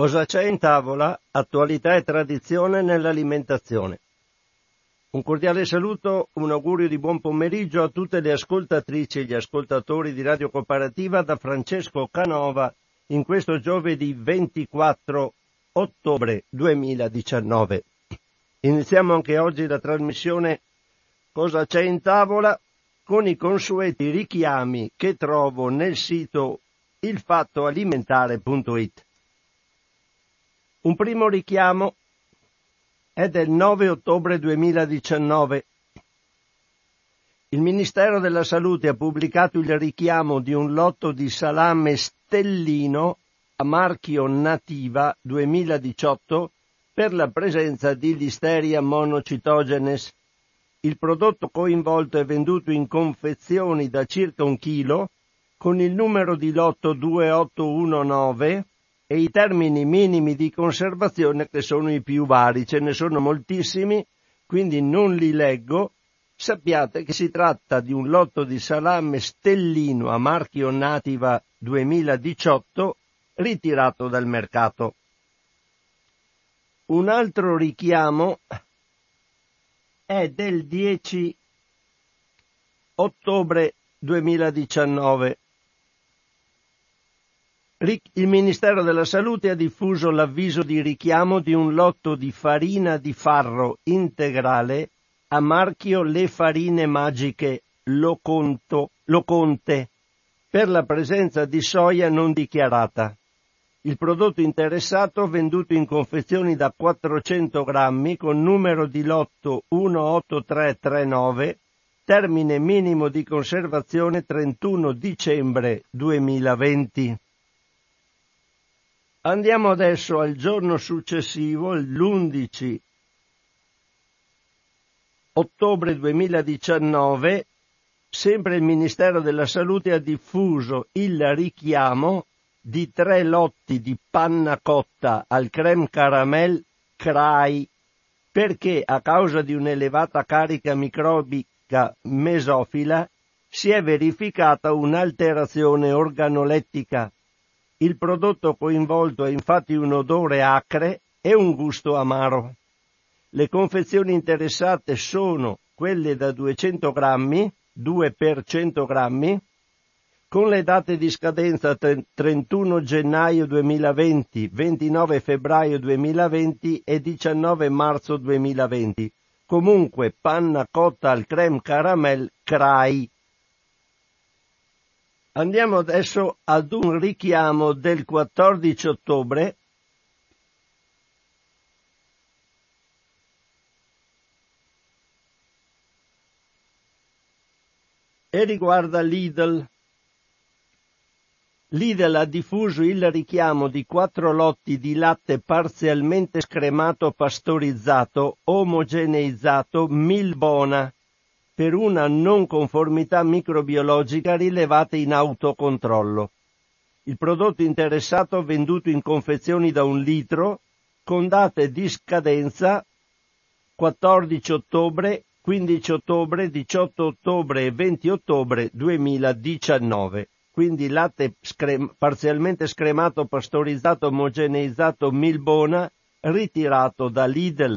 Cosa c'è in tavola? Attualità e tradizione nell'alimentazione. Un cordiale saluto, un augurio di buon pomeriggio a tutte le ascoltatrici e gli ascoltatori di Radio Cooperativa da Francesco Canova in questo giovedì 24 ottobre 2019. Iniziamo anche oggi la trasmissione Cosa c'è in tavola con i consueti richiami che trovo nel sito ilfattoalimentare.it. Un primo richiamo è del 9 ottobre 2019. Il Ministero della Salute ha pubblicato il richiamo di un lotto di salame Stellino a marchio Nativa 2018 per la presenza di Listeria monocytogenes. Il prodotto coinvolto è venduto in confezioni da circa 1 chilo con il numero di lotto 2819 e i termini minimi di conservazione che sono i più vari. Ce ne sono moltissimi, quindi non li leggo. Sappiate che si tratta di un lotto di salame Stellino a marchio Nativa 2018 ritirato dal mercato. Un altro richiamo è del 10 ottobre 2019. Il Ministero della Salute ha diffuso l'avviso di richiamo di un lotto di farina di farro integrale a marchio Le Farine Magiche Loconte per la presenza di soia non dichiarata. Il prodotto interessato venduto in confezioni da 400 grammi con numero di lotto 18339, termine minimo di conservazione 31 dicembre 2020. Andiamo adesso al giorno successivo, l'11 ottobre 2019, sempre il Ministero della Salute ha diffuso il richiamo di 3 lotti di panna cotta al crème caramel CRAI perché a causa di un'elevata carica microbica mesofila si è verificata un'alterazione organolettica. Il prodotto coinvolto ha infatti un odore acre e un gusto amaro. Le confezioni interessate sono quelle da 200 grammi, 2 per 100 grammi, con le date di scadenza 31 gennaio 2020, 29 febbraio 2020 e 19 marzo 2020. Comunque panna cotta al crème caramel CRAI. Andiamo adesso ad un richiamo del 14 ottobre e riguarda Lidl. Lidl ha diffuso il richiamo di 4 lotti di latte parzialmente scremato pastorizzato omogeneizzato Milbona per una non conformità microbiologica rilevata in autocontrollo. Il prodotto interessato venduto in confezioni da 1 litro con date di scadenza 14 ottobre, 15 ottobre, 18 ottobre e 20 ottobre 2019. Quindi latte parzialmente scremato, pastorizzato, omogeneizzato Milbona, ritirato da Lidl.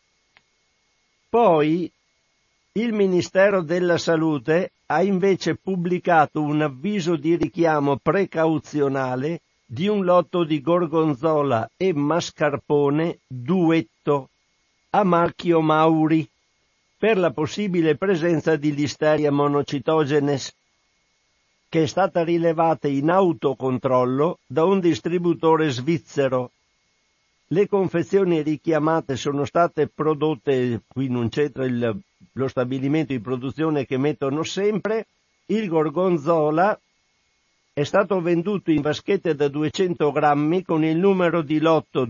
Poi il Ministero della Salute ha invece pubblicato un avviso di richiamo precauzionale di un lotto di gorgonzola e mascarpone duetto a marchio Mauri per la possibile presenza di Listeria monocytogenes, che è stata rilevata in autocontrollo da un distributore svizzero. Le confezioni richiamate sono state prodotte, qui non c'entra lo stabilimento di produzione che mettono sempre, il gorgonzola è stato venduto in vaschette da 200 grammi con il numero di lotto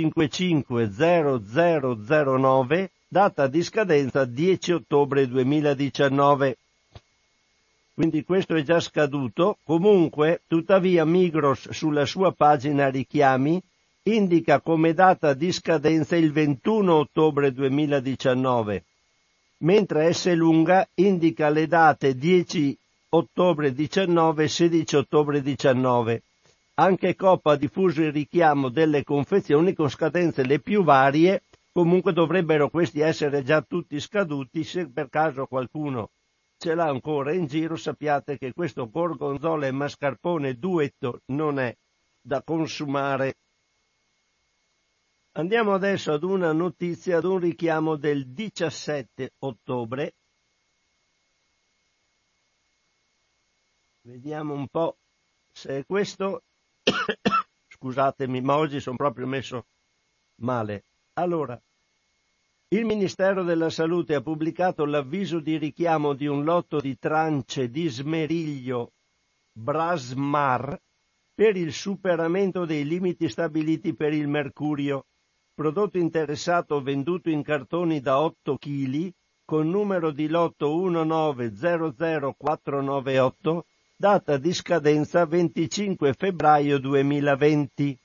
2550009, data di scadenza 10 ottobre 2019. Quindi questo è già scaduto. Comunque, tuttavia Migros sulla sua pagina richiami indica come data di scadenza il 21 ottobre 2019, mentre Esselunga indica le date 10 ottobre 19 e 16 ottobre 19. Anche Coop ha diffuso il richiamo delle confezioni con scadenze le più varie. Comunque dovrebbero questi essere già tutti scaduti. Se per caso qualcuno ce l'ha ancora in giro, sappiate che questo gorgonzola e mascarpone duetto non è da consumare. Andiamo adesso ad una notizia, ad un richiamo del 17 ottobre. Vediamo un po' se è questo. Scusatemi, ma oggi sono proprio messo male. Allora, il Ministero della Salute ha pubblicato l'avviso di richiamo di un lotto di trance di smeriglio Brasmar per il superamento dei limiti stabiliti per il mercurio, prodotto interessato venduto in cartoni da 8 kg con numero di lotto 1900498, data di scadenza 25 febbraio 2020.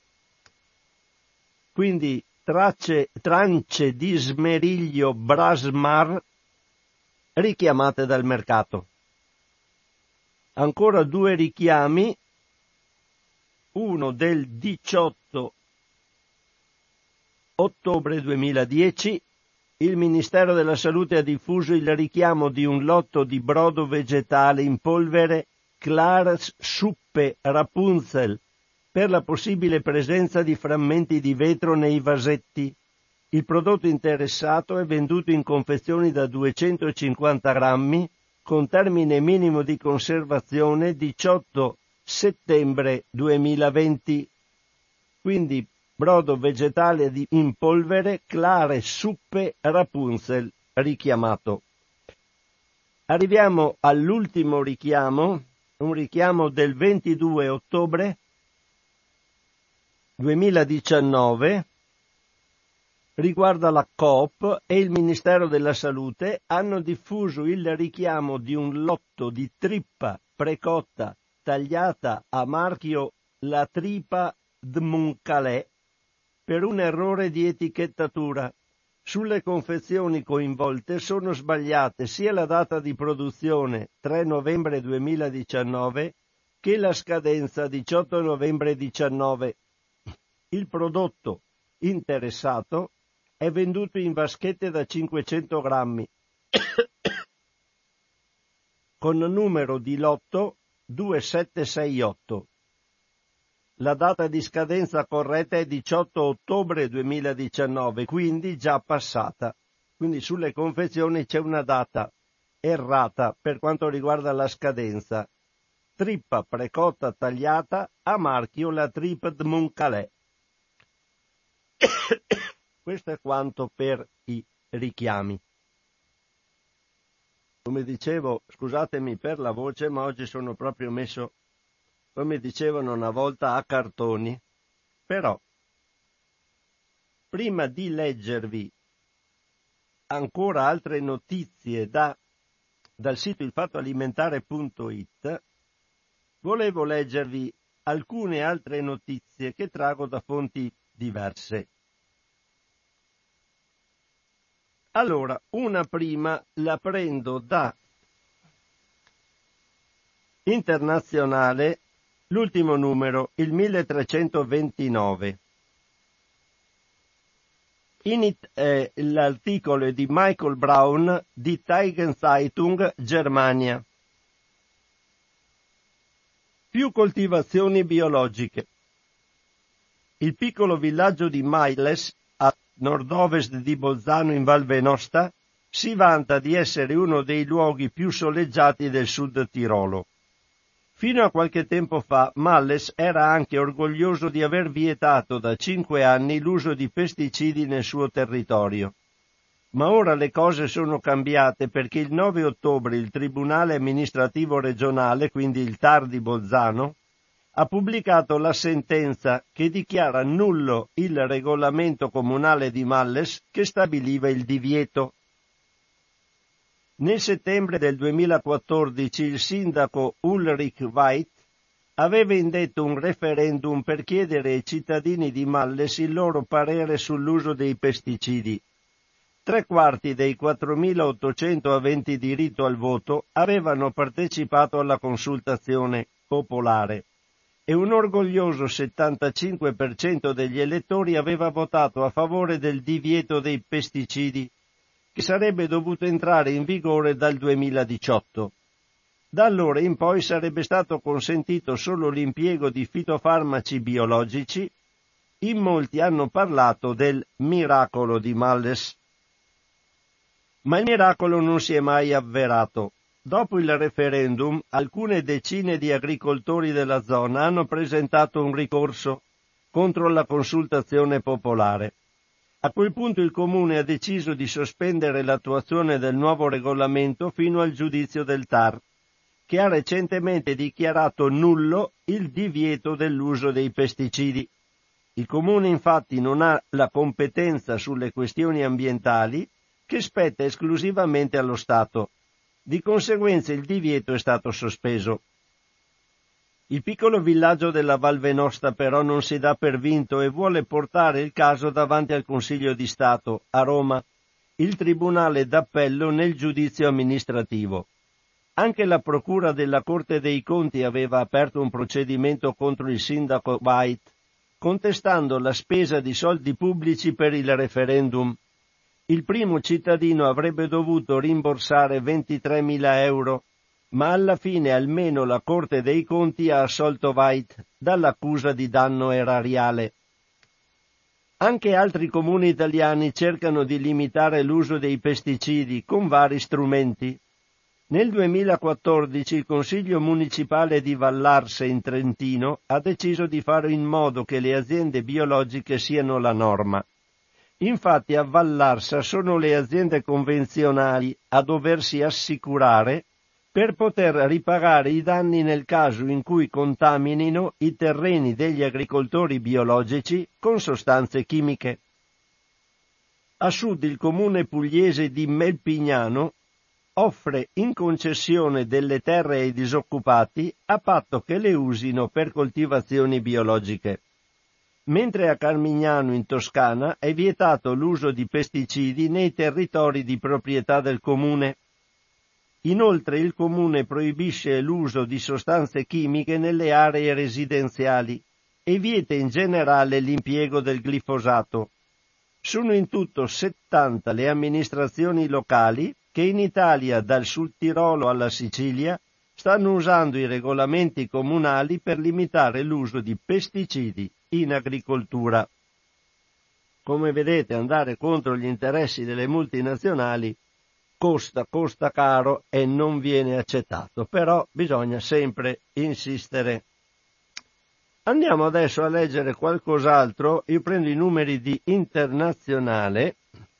Quindi trance di smeriglio Brasmar richiamate dal mercato. Ancora 2 richiami, uno del 18 ottobre 2010. Il Ministero della Salute ha diffuso il richiamo di un lotto di brodo vegetale in polvere Clares Suppe Rapunzel per la possibile presenza di frammenti di vetro nei vasetti. Il prodotto interessato è venduto in confezioni da 250 grammi con termine minimo di conservazione 18 settembre 2020. Quindi brodo vegetale in polvere Clares Suppe Rapunzel richiamato. Arriviamo all'ultimo richiamo, un richiamo del 22 ottobre 2019, riguarda la Coop e il Ministero della Salute hanno diffuso il richiamo di un lotto di trippa precotta tagliata a marchio La Tripa d'Moncalè per un errore di etichettatura. Sulle confezioni coinvolte sono sbagliate sia la data di produzione 3 novembre 2019 che la scadenza 18 novembre 19. Il prodotto interessato è venduto in vaschette da 500 grammi con numero di lotto 2768. La data di scadenza corretta è 18 ottobre 2019, quindi già passata. Quindi sulle confezioni c'è una data errata per quanto riguarda la scadenza. Trippa precotta tagliata a marchio La Tripa d'Moncalè. Questo è quanto per i richiami. Come dicevo, scusatemi per la voce, ma oggi sono proprio messo, come dicevano una volta, a cartoni. Però, prima di leggervi ancora altre notizie dal sito ilfattoalimentare.it, volevo leggervi alcune altre notizie che trago da fonti diverse. Allora, una prima la prendo da Internazionale, l'ultimo numero, il 1329. L'articolo è di Michael Braun di Tagenzeitung, Germania. Più coltivazioni biologiche. Il piccolo villaggio di Mailes, a nord-ovest di Bolzano in Val Venosta, si vanta di essere uno dei luoghi più soleggiati del Sud Tirolo. Fino a qualche tempo fa, Malles era anche orgoglioso di aver vietato da 5 anni l'uso di pesticidi nel suo territorio. Ma ora le cose sono cambiate perché il 9 ottobre il Tribunale amministrativo regionale, quindi il TAR di Bolzano, ha pubblicato la sentenza che dichiara nullo il regolamento comunale di Malles che stabiliva il divieto. Nel settembre del 2014 il sindaco Ulrich Weith aveva indetto un referendum per chiedere ai cittadini di Malles il loro parere sull'uso dei pesticidi. 3/4 dei 4.800 aventi diritto al voto avevano partecipato alla consultazione popolare e un orgoglioso 75% degli elettori aveva votato a favore del divieto dei pesticidi, che sarebbe dovuto entrare in vigore dal 2018. Da allora in poi sarebbe stato consentito solo l'impiego di fitofarmaci biologici. In molti hanno parlato del miracolo di Malles. Ma il miracolo non si è mai avverato. Dopo il referendum, alcune decine di agricoltori della zona hanno presentato un ricorso contro la consultazione popolare. A quel punto il Comune ha deciso di sospendere l'attuazione del nuovo regolamento fino al giudizio del TAR, che ha recentemente dichiarato nullo il divieto dell'uso dei pesticidi. Il Comune infatti non ha la competenza sulle questioni ambientali, che spetta esclusivamente allo Stato. Di conseguenza il divieto è stato sospeso. Il piccolo villaggio della Val Venosta però non si dà per vinto e vuole portare il caso davanti al Consiglio di Stato, a Roma, il Tribunale d'Appello nel giudizio amministrativo. Anche la Procura della Corte dei Conti aveva aperto un procedimento contro il sindaco White, contestando la spesa di soldi pubblici per il referendum. Il primo cittadino avrebbe dovuto rimborsare 23.000 euro, ma alla fine almeno la Corte dei Conti ha assolto White dall'accusa di danno erariale. Anche altri comuni italiani cercano di limitare l'uso dei pesticidi con vari strumenti. Nel 2014 il Consiglio municipale di Vallarse in Trentino ha deciso di fare in modo che le aziende biologiche siano la norma. Infatti a Vallarsa sono le aziende convenzionali a doversi assicurare per poter ripagare i danni nel caso in cui contaminino i terreni degli agricoltori biologici con sostanze chimiche. A sud il comune pugliese di Melpignano offre in concessione delle terre ai disoccupati a patto che le usino per coltivazioni biologiche. Mentre a Carmignano in Toscana è vietato l'uso di pesticidi nei territori di proprietà del comune. Inoltre il comune proibisce l'uso di sostanze chimiche nelle aree residenziali e vieta in generale l'impiego del glifosato. Sono in tutto 70 le amministrazioni locali che in Italia, dal Sud Tirolo alla Sicilia, stanno usando i regolamenti comunali per limitare l'uso di pesticidi in agricoltura. Come vedete, andare contro gli interessi delle multinazionali costa caro e non viene accettato, però bisogna sempre insistere. Andiamo adesso a leggere qualcos'altro. Io prendo i numeri di Internazionale.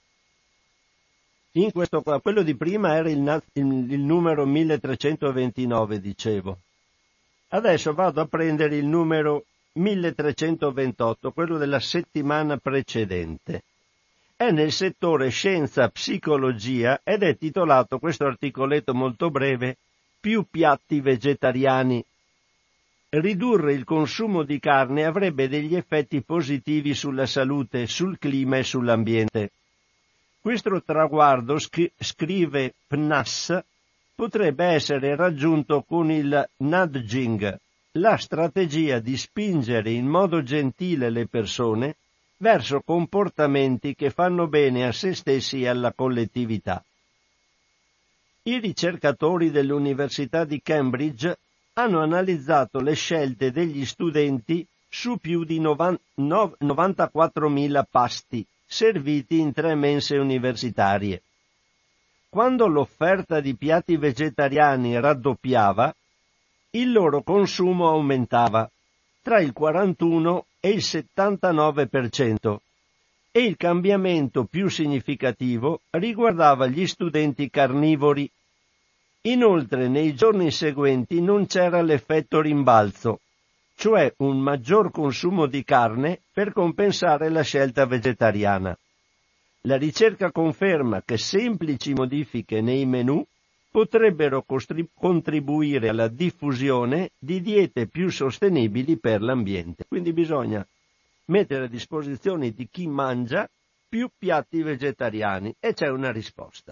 In questo qua, quello di prima era il numero 1329, dicevo. Adesso vado a prendere il numero 1328, quello della settimana precedente. È nel settore scienza-psicologia ed è titolato questo articoletto molto breve, Più piatti vegetariani. Ridurre il consumo di carne avrebbe degli effetti positivi sulla salute, sul clima e sull'ambiente. Questo traguardo, scrive PNAS, potrebbe essere raggiunto con il nudging, la strategia di spingere in modo gentile le persone verso comportamenti che fanno bene a se stessi e alla collettività. I ricercatori dell'Università di Cambridge hanno analizzato le scelte degli studenti su più di 94.000 pasti serviti in 3 mense universitarie. Quando l'offerta di piatti vegetariani raddoppiava, il loro consumo aumentava tra il 41 e il 79% e il cambiamento più significativo riguardava gli studenti carnivori. Inoltre nei giorni seguenti non c'era l'effetto rimbalzo, cioè un maggior consumo di carne per compensare la scelta vegetariana. La ricerca conferma che semplici modifiche nei menù potrebbero contribuire alla diffusione di diete più sostenibili per l'ambiente. Quindi bisogna mettere a disposizione di chi mangia più piatti vegetariani e c'è una risposta.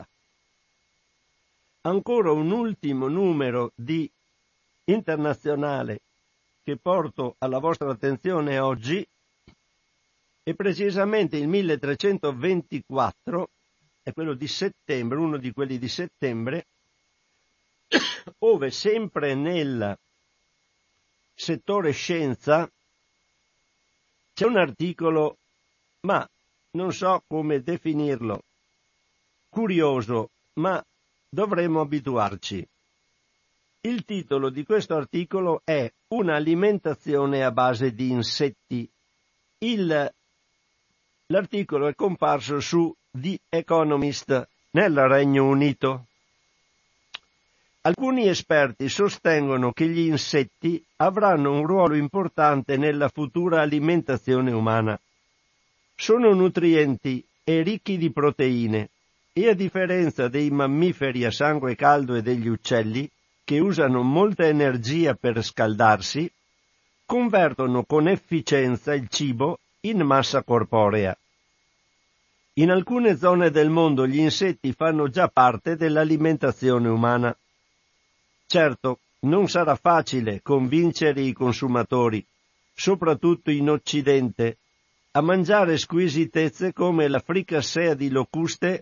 Ancora un ultimo numero di Internazionale che porto alla vostra attenzione oggi è precisamente il 1324, è quello di settembre, uno di quelli di settembre, ove sempre nel settore scienza c'è un articolo, ma non so come definirlo, curioso, ma dovremmo abituarci. Il titolo di questo articolo è Un'alimentazione a base di insetti. L'articolo è comparso su The Economist nel Regno Unito. Alcuni esperti sostengono che gli insetti avranno un ruolo importante nella futura alimentazione umana. Sono nutrienti e ricchi di proteine e, a differenza dei mammiferi a sangue caldo e degli uccelli, che usano molta energia per scaldarsi, convertono con efficienza il cibo in massa corporea. In alcune zone del mondo gli insetti fanno già parte dell'alimentazione umana. Certo, non sarà facile convincere i consumatori, soprattutto in Occidente, a mangiare squisitezze come la fricassea di locuste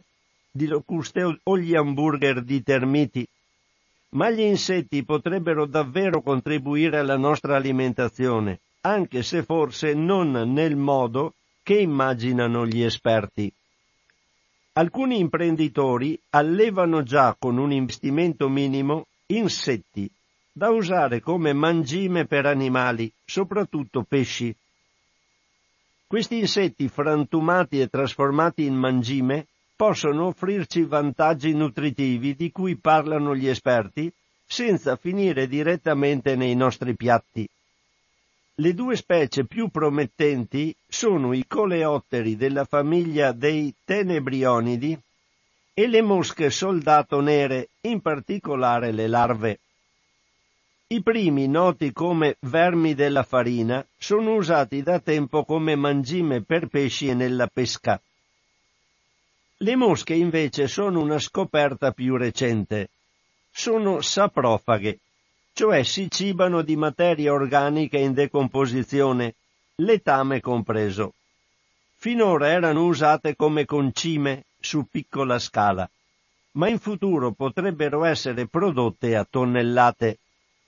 o gli hamburger di termiti, ma gli insetti potrebbero davvero contribuire alla nostra alimentazione, anche se forse non nel modo che immaginano gli esperti. Alcuni imprenditori allevano già con un investimento minimo insetti da usare come mangime per animali, soprattutto pesci. Questi insetti frantumati e trasformati in mangime possono offrirci vantaggi nutritivi di cui parlano gli esperti senza finire direttamente nei nostri piatti. Le due specie più promettenti sono i coleotteri della famiglia dei tenebrionidi e le mosche soldato nere, in particolare le larve. I primi, noti come vermi della farina, sono usati da tempo come mangime per pesci e nella pesca. Le mosche invece sono una scoperta più recente. Sono saprofaghe, cioè si cibano di materia organica in decomposizione, letame compreso. Finora erano usate come concime su piccola scala, ma in futuro potrebbero essere prodotte a tonnellate.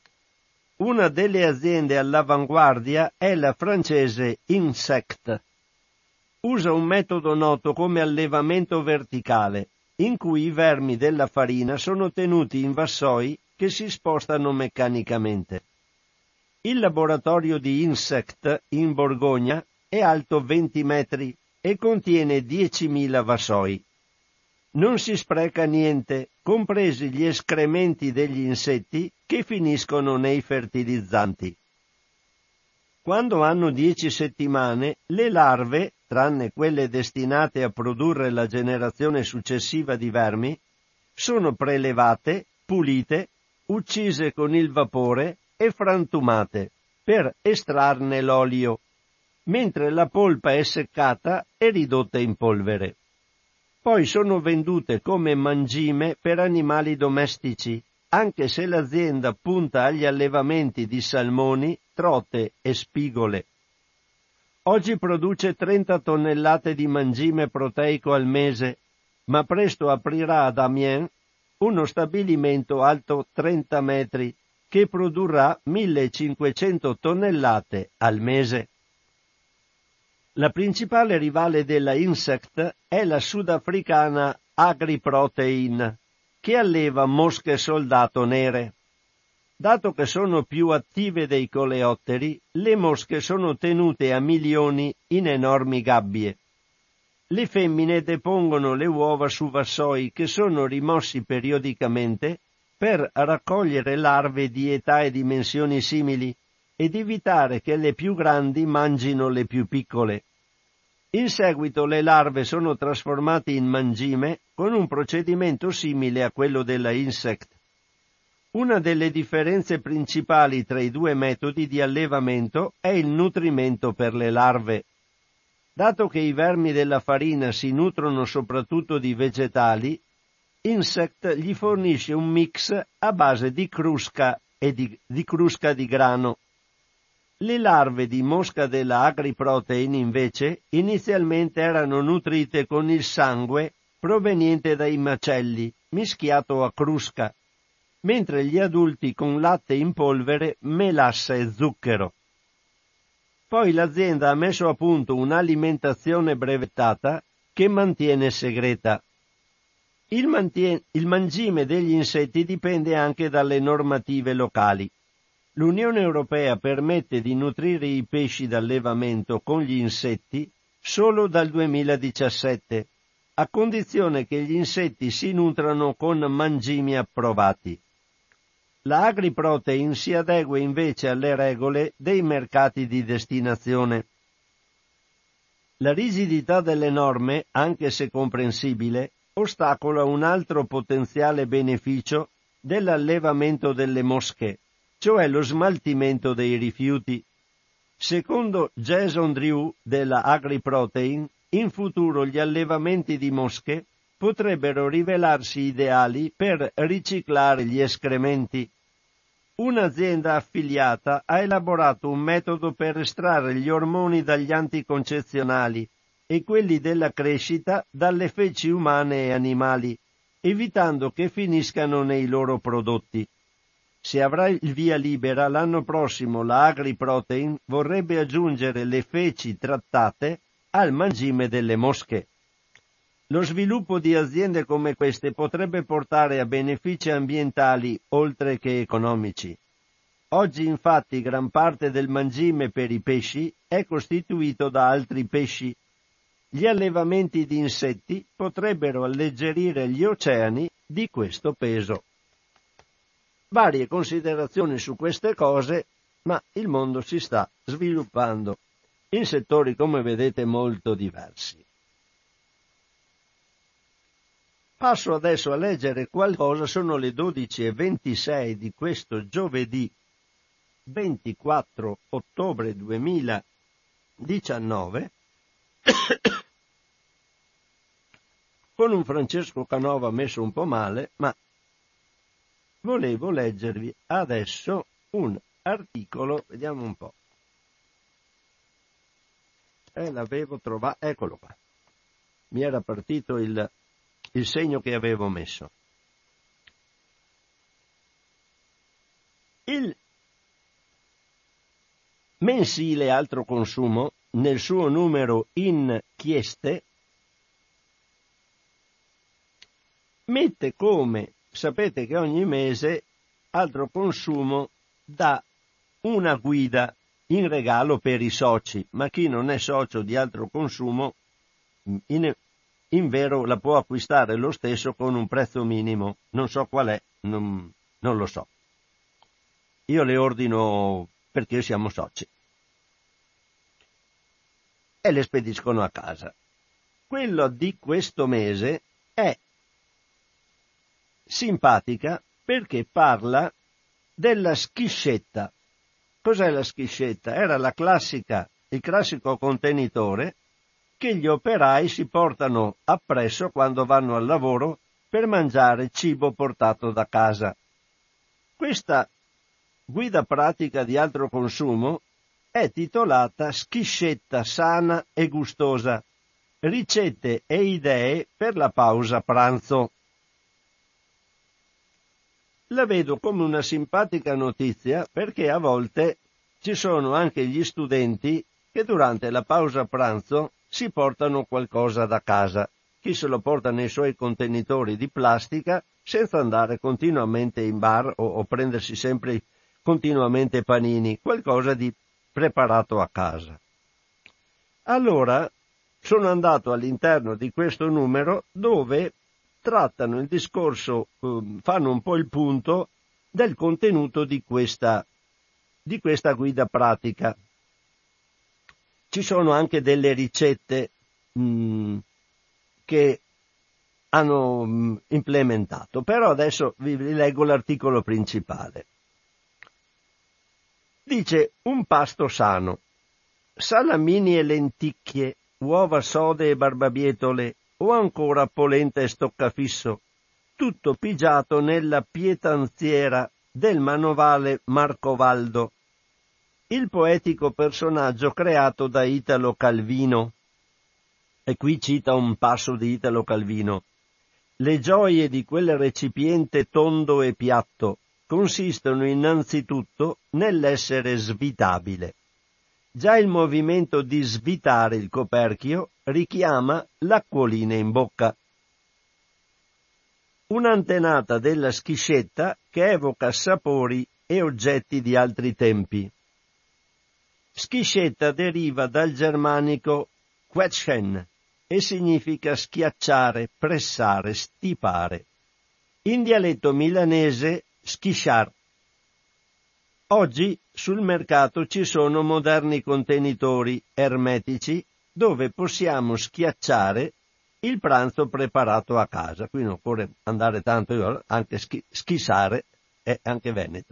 Una delle aziende all'avanguardia è la francese Insect. Usa un metodo noto come allevamento verticale, in cui i vermi della farina sono tenuti in vassoi che si spostano meccanicamente. Il laboratorio di Insect in Borgogna è alto 20 metri e contiene 10.000 vassoi. Non si spreca niente, compresi gli escrementi degli insetti che finiscono nei fertilizzanti. Quando hanno 10 settimane, le larve, tranne quelle destinate a produrre la generazione successiva di vermi, sono prelevate, pulite, uccise con il vapore e frantumate per estrarne l'olio, mentre la polpa è seccata e ridotta in polvere. Poi sono vendute come mangime per animali domestici, anche se l'azienda punta agli allevamenti di salmoni, trote e spigole. Oggi produce 30 tonnellate di mangime proteico al mese, ma presto aprirà ad Amiens uno stabilimento alto 30 metri che produrrà 1.500 tonnellate al mese. La principale rivale della Insect è la sudafricana Agriprotein, che alleva mosche soldato nere. Dato che sono più attive dei coleotteri, le mosche sono tenute a milioni in enormi gabbie. Le femmine depongono le uova su vassoi che sono rimossi periodicamente per raccogliere larve di età e dimensioni simili ed evitare che le più grandi mangino le più piccole. In seguito le larve sono trasformate in mangime con un procedimento simile a quello della Insect. Una delle differenze principali tra i due metodi di allevamento è il nutrimento per le larve. Dato che i vermi della farina si nutrono soprattutto di vegetali, Insect gli fornisce un mix a base di crusca e di crusca di grano. Le larve di mosca della Agriprotein, invece, inizialmente erano nutrite con il sangue proveniente dai macelli, mischiato a crusca, mentre gli adulti con latte in polvere, melassa e zucchero. Poi l'azienda ha messo a punto un'alimentazione brevettata che mantiene segreta. Il mangime degli insetti dipende anche dalle normative locali. L'Unione Europea permette di nutrire i pesci d'allevamento con gli insetti solo dal 2017, a condizione che gli insetti si nutrano con mangimi approvati. La Agriprotein si adegua invece alle regole dei mercati di destinazione. La rigidità delle norme, anche se comprensibile, ostacola un altro potenziale beneficio dell'allevamento delle mosche, cioè lo smaltimento dei rifiuti. Secondo Jason Drew della Agriprotein, in futuro gli allevamenti di mosche potrebbero rivelarsi ideali per riciclare gli escrementi. Un'azienda affiliata ha elaborato un metodo per estrarre gli ormoni dagli anticoncezionali e quelli della crescita dalle feci umane e animali, evitando che finiscano nei loro prodotti. Se avrà il via libera, l'anno prossimo la Agriprotein vorrebbe aggiungere le feci trattate al mangime delle mosche. Lo sviluppo di aziende come queste potrebbe portare a benefici ambientali oltre che economici. Oggi infatti gran parte del mangime per i pesci è costituito da altri pesci. Gli allevamenti di insetti potrebbero alleggerire gli oceani di questo peso. Varie considerazioni su queste cose, ma il mondo si sta sviluppando in settori, come vedete, molto diversi. Passo adesso a leggere qualcosa, sono le 12:26 di questo giovedì 24 ottobre 2019, con un Francesco Canova messo un po' male, ma volevo leggervi adesso un articolo, vediamo un po'. L'avevo trovato, eccolo qua. Mi era partito il segno che avevo messo. Il mensile Altro Consumo, nel suo numero Inchieste, mette come, sapete che ogni mese Altro Consumo dà una guida in regalo per i soci, ma chi non è socio di Altro Consumo in vero la può acquistare lo stesso con un prezzo minimo, non so qual è, non lo so. Io le ordino perché siamo soci e le spediscono a casa. Quello di questo mese è simpatica perché parla della schiscetta. Cos'è la schiscetta? Era il classico contenitore che gli operai si portano appresso quando vanno al lavoro per mangiare cibo portato da casa. Questa guida pratica di Altro Consumo è titolata Schiscetta sana e gustosa, ricette e idee per la pausa pranzo. La vedo come una simpatica notizia perché a volte ci sono anche gli studenti che durante la pausa pranzo si portano qualcosa da casa. Chi se lo porta nei suoi contenitori di plastica senza andare continuamente in bar o prendersi sempre continuamente panini, qualcosa di preparato a casa. Allora sono andato all'interno di questo numero dove trattano il discorso, fanno un po' il punto del contenuto di questa guida pratica. Ci sono anche delle ricette che hanno implementato, però adesso vi leggo l'articolo principale. Dice: un pasto sano, salamini e lenticchie, uova sode e barbabietole, o ancora polenta e stoccafisso, tutto pigiato nella pietanziera del manovale Marcovaldo. il poetico personaggio creato da Italo Calvino. E qui cita un passo di Italo Calvino. Le gioie di quel recipiente tondo e piatto consistono innanzitutto nell'essere svitabile. Già il movimento di svitare il coperchio richiama l'acquolina in bocca. Un'antenata della schiscetta che evoca sapori e oggetti di altri tempi. Schiscetta deriva dal germanico quetschen e significa schiacciare, pressare, stipare. In dialetto milanese schisciar. Oggi sul mercato ci sono moderni contenitori ermetici dove possiamo schiacciare il pranzo preparato a casa. Qui non occorre andare tanto, anche schissare è anche veneto.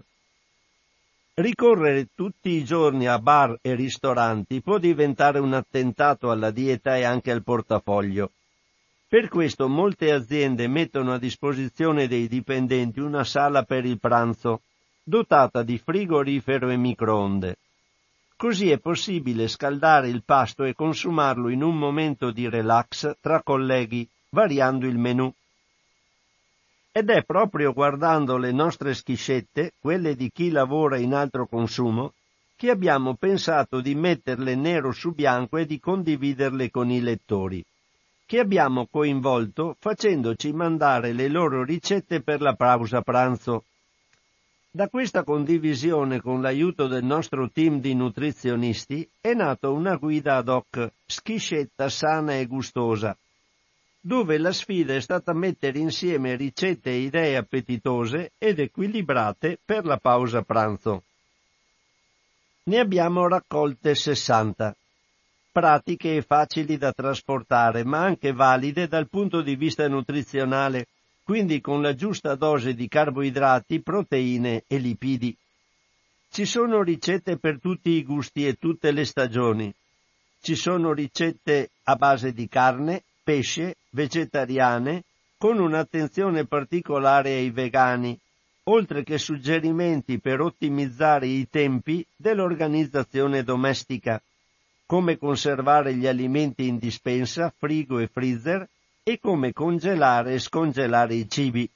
Ricorrere tutti i giorni a bar e ristoranti può diventare un attentato alla dieta e anche al portafoglio. Per questo molte aziende mettono a disposizione dei dipendenti una sala per il pranzo, dotata di frigorifero e microonde. Così è possibile scaldare il pasto e consumarlo in un momento di relax tra colleghi, variando il menù. Ed è proprio guardando le nostre schiscette, quelle di chi lavora in altro consumo, che abbiamo pensato di metterle nero su bianco e di condividerle con i lettori, che abbiamo coinvolto facendoci mandare le loro ricette per la pausa pranzo. Da questa condivisione con l'aiuto del nostro team di nutrizionisti è nata una guida ad hoc, schiscetta sana e gustosa, dove la sfida è stata mettere insieme ricette e idee appetitose ed equilibrate per la pausa pranzo. Ne abbiamo raccolte 60, pratiche e facili da trasportare, ma anche valide dal punto di vista nutrizionale, quindi con la giusta dose di carboidrati, proteine e lipidi. Ci sono ricette per tutti i gusti e tutte le stagioni. Ci sono ricette a base di carne, pesce, vegetariane, con un'attenzione particolare ai vegani, oltre che suggerimenti per ottimizzare i tempi dell'organizzazione domestica, come conservare gli alimenti in dispensa, frigo e freezer, e come congelare e scongelare i cibi.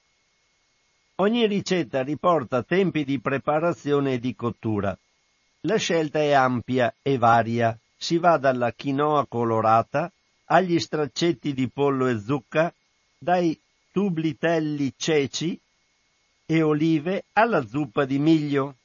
Ogni ricetta riporta tempi di preparazione e di cottura. La scelta è ampia e varia, si va dalla quinoa colorata agli straccetti di pollo e zucca, dai tublitelli ceci e olive alla zuppa di miglio.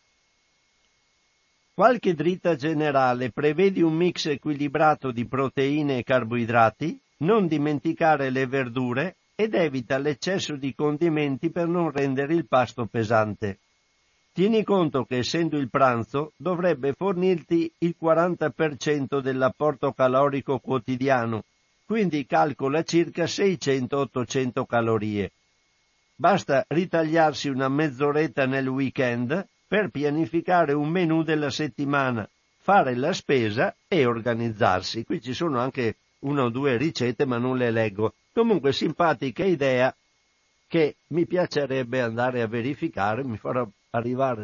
Qualche dritta generale prevede un mix equilibrato di proteine e carboidrati, non dimenticare le verdure ed evita l'eccesso di condimenti per non rendere il pasto pesante. Tieni conto che essendo il pranzo dovrebbe fornirti il 40% dell'apporto calorico quotidiano, quindi calcola circa 600-800 calorie. Basta ritagliarsi una mezz'oretta nel weekend per pianificare un menù della settimana, fare la spesa e organizzarsi. Qui ci sono anche una o due ricette, ma non le leggo. Comunque simpatica idea che mi piacerebbe andare a verificare, mi farò arrivare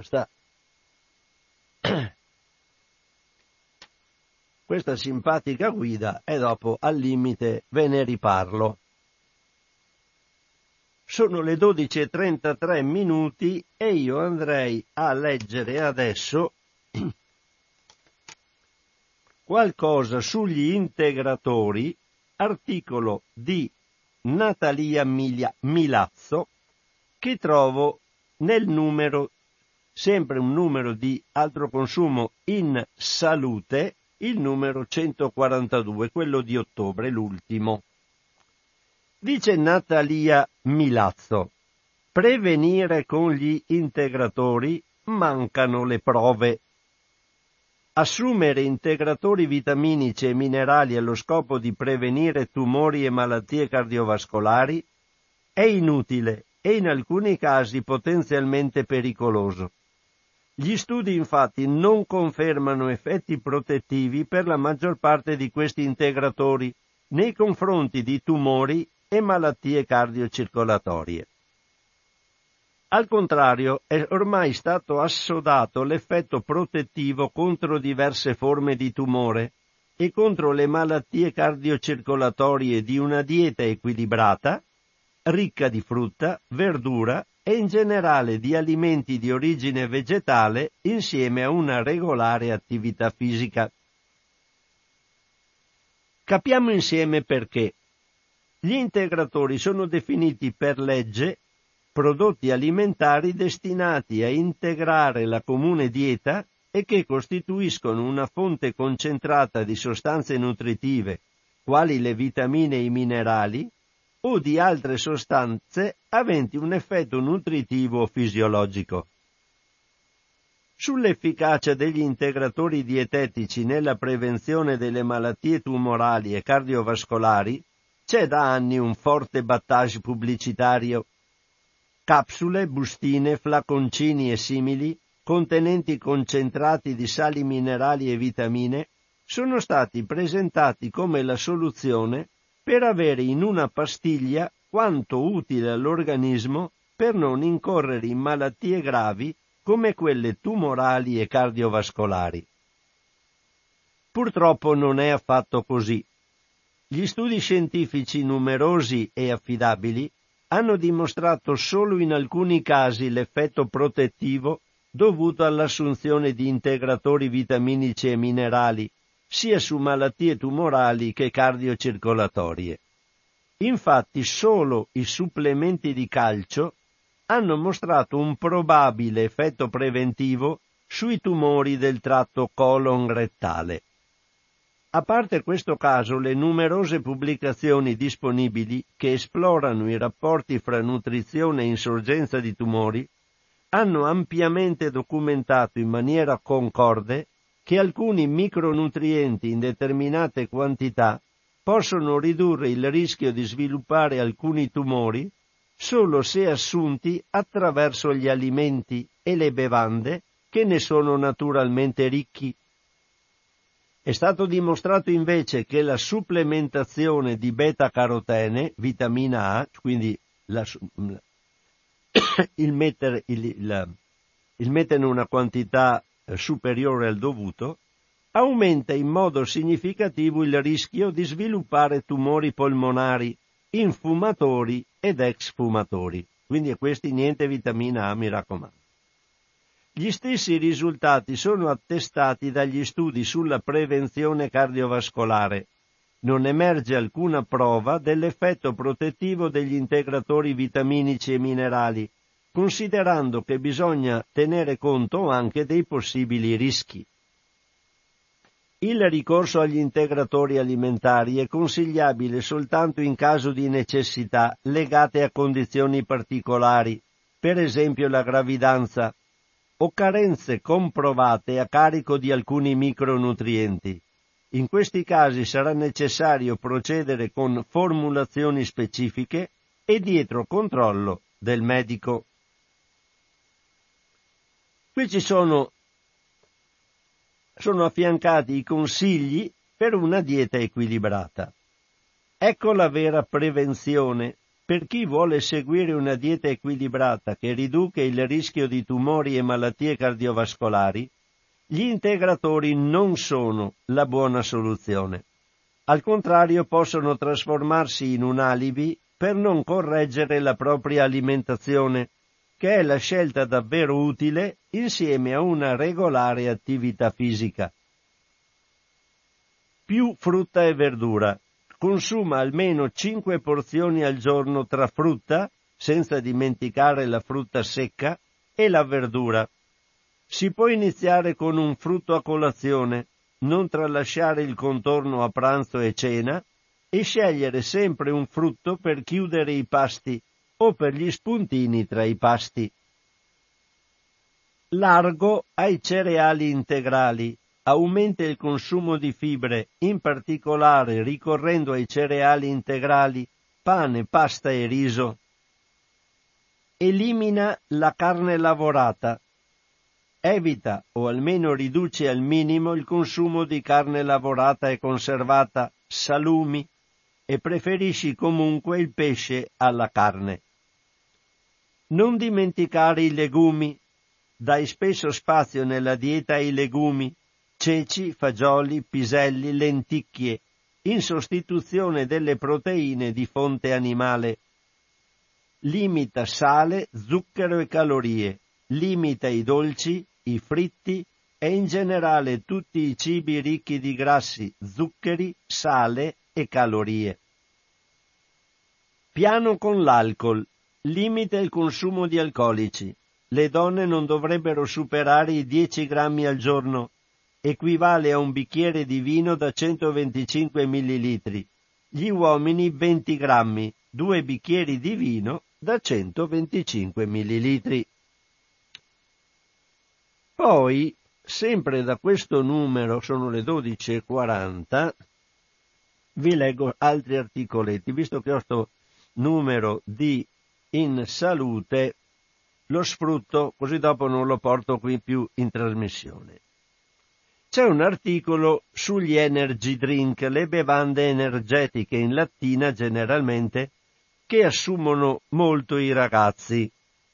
questa simpatica guida e dopo al limite ve ne riparlo. Sono le 12:33 e io andrei a leggere adesso qualcosa sugli integratori, articolo di Natalia Milazzo, che trovo nel numero, sempre un numero di altro consumo in salute, il numero 142, quello di ottobre, l'ultimo. Dice Natalia Milazzo: prevenire con gli integratori, mancano le prove. Assumere integratori vitaminici e minerali allo scopo di prevenire tumori e malattie cardiovascolari è inutile e in alcuni casi potenzialmente pericoloso. Gli studi infatti non confermano effetti protettivi per la maggior parte di questi integratori nei confronti di tumori e malattie cardiocircolatorie. Al contrario, è ormai stato assodato l'effetto protettivo contro diverse forme di tumore e contro le malattie cardiocircolatorie di una dieta equilibrata, ricca di frutta, verdura e in generale di alimenti di origine vegetale insieme a una regolare attività fisica. Capiamo insieme perché. Gli integratori sono definiti per legge prodotti alimentari destinati a integrare la comune dieta e che costituiscono una fonte concentrata di sostanze nutritive, quali le vitamine e i minerali, o di altre sostanze aventi un effetto nutritivo o fisiologico. Sull'efficacia degli integratori dietetici nella prevenzione delle malattie tumorali e cardiovascolari c'è da anni un forte battage pubblicitario. Capsule, bustine, flaconcini e simili, contenenti concentrati di sali minerali e vitamine, sono stati presentati come la soluzione per avere in una pastiglia quanto utile all'organismo per non incorrere in malattie gravi come quelle tumorali e cardiovascolari. Purtroppo non è affatto così. Gli studi scientifici numerosi e affidabili hanno dimostrato solo in alcuni casi l'effetto protettivo dovuto all'assunzione di integratori vitaminici e minerali, sia su malattie tumorali che cardiocircolatorie. Infatti solo i supplementi di calcio hanno mostrato un probabile effetto preventivo sui tumori del tratto colon-rettale. A parte questo caso, le numerose pubblicazioni disponibili che esplorano i rapporti fra nutrizione e insorgenza di tumori hanno ampiamente documentato in maniera concorde che alcuni micronutrienti in determinate quantità possono ridurre il rischio di sviluppare alcuni tumori solo se assunti attraverso gli alimenti e le bevande che ne sono naturalmente ricchi. È stato dimostrato invece che la supplementazione di beta-carotene, vitamina A, quindi il mettere una quantità superiore al dovuto, aumenta in modo significativo il rischio di sviluppare tumori polmonari, infumatori ed exfumatori. Quindi a questi niente vitamina A, mi raccomando. Gli stessi risultati sono attestati dagli studi sulla prevenzione cardiovascolare. Non emerge alcuna prova dell'effetto protettivo degli integratori vitaminici e minerali, considerando che bisogna tenere conto anche dei possibili rischi. Il ricorso agli integratori alimentari è consigliabile soltanto in caso di necessità legate a condizioni particolari, per esempio la gravidanza, o carenze comprovate a carico di alcuni micronutrienti. In questi casi sarà necessario procedere con formulazioni specifiche e dietro controllo del medico. Qui sono affiancati i consigli per una dieta equilibrata. Ecco la vera prevenzione per chi vuole seguire una dieta equilibrata che riduca il rischio di tumori e malattie cardiovascolari. Gli integratori non sono la buona soluzione. Al contrario, possono trasformarsi in un alibi per non correggere la propria alimentazione, che è la scelta davvero utile insieme a una regolare attività fisica. Più frutta e verdura. Consuma almeno 5 porzioni al giorno tra frutta, senza dimenticare la frutta secca, e la verdura. Si può iniziare con un frutto a colazione, non tralasciare il contorno a pranzo e cena, e scegliere sempre un frutto per chiudere i pasti o per gli spuntini tra i pasti. Largo ai cereali integrali. Aumenta il consumo di fibre, in particolare ricorrendo ai cereali integrali, pane, pasta e riso. Elimina la carne lavorata. Evita o almeno riduce al minimo il consumo di carne lavorata e conservata, salumi, e preferisci comunque il pesce alla carne. Non dimenticare i legumi. Dai spesso spazio nella dieta ai legumi, ceci, fagioli, piselli, lenticchie, in sostituzione delle proteine di fonte animale. Limita sale, zucchero e calorie. Limita i dolci, i fritti e in generale tutti i cibi ricchi di grassi, zuccheri, sale e calorie. Piano con l'alcol. Limita il consumo di alcolici. Le donne non dovrebbero superare i 10 grammi al giorno, equivale a un bicchiere di vino da 125 millilitri. Gli uomini 20 grammi, 2 bicchieri di vino da 125 millilitri. Poi, sempre da questo numero, sono le 12:40, vi leggo altri articoletti, visto che ho sto numero di In Salute, lo sfrutto, così dopo non lo porto qui più in trasmissione. C'è un articolo sugli energy drink, le bevande energetiche in lattina generalmente, che assumono molto i ragazzi.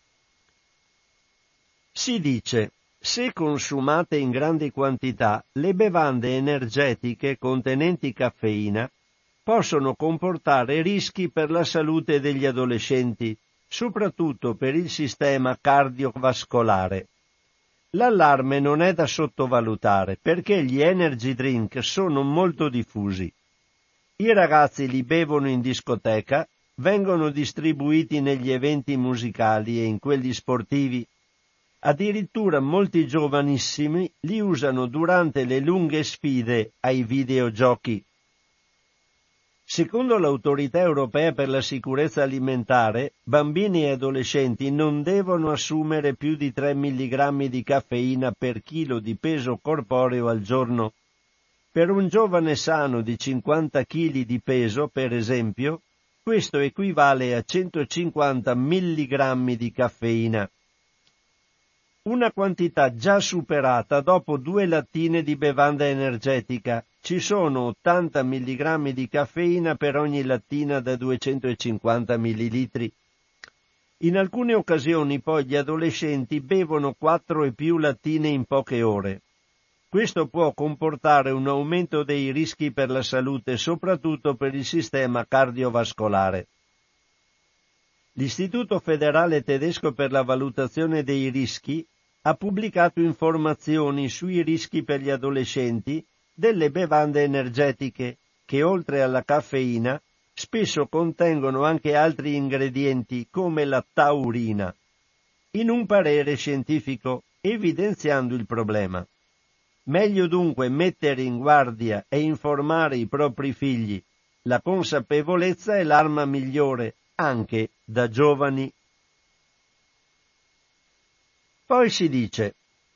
Si dice, se consumate in grandi quantità, le bevande energetiche contenenti caffeina possono comportare rischi per la salute degli adolescenti, soprattutto per il sistema cardiovascolare. L'allarme non è da sottovalutare perché gli energy drink sono molto diffusi. I ragazzi li bevono in discoteca, vengono distribuiti negli eventi musicali e in quelli sportivi. Addirittura molti giovanissimi li usano durante le lunghe sfide ai videogiochi. Secondo l'Autorità Europea per la Sicurezza Alimentare, bambini e adolescenti non devono assumere più di 3 mg di caffeina per chilo di peso corporeo al giorno. Per un giovane sano di 50 kg di peso, per esempio, questo equivale a 150 mg di caffeina. Una quantità già superata dopo 2 lattine di bevanda energetica. Ci sono 80 mg di caffeina per ogni lattina da 250 ml. In alcune occasioni poi gli adolescenti bevono 4 e più lattine in poche ore. Questo può comportare un aumento dei rischi per la salute, soprattutto per il sistema cardiovascolare. L'Istituto Federale Tedesco per la Valutazione dei Rischi ha pubblicato informazioni sui rischi per gli adolescenti delle bevande energetiche che, oltre alla caffeina, spesso contengono anche altri ingredienti come la taurina, in un parere scientifico evidenziando il problema. Meglio dunque mettere in guardia e informare i propri figli. La consapevolezza è l'arma migliore, anche da giovani. Poi si dice: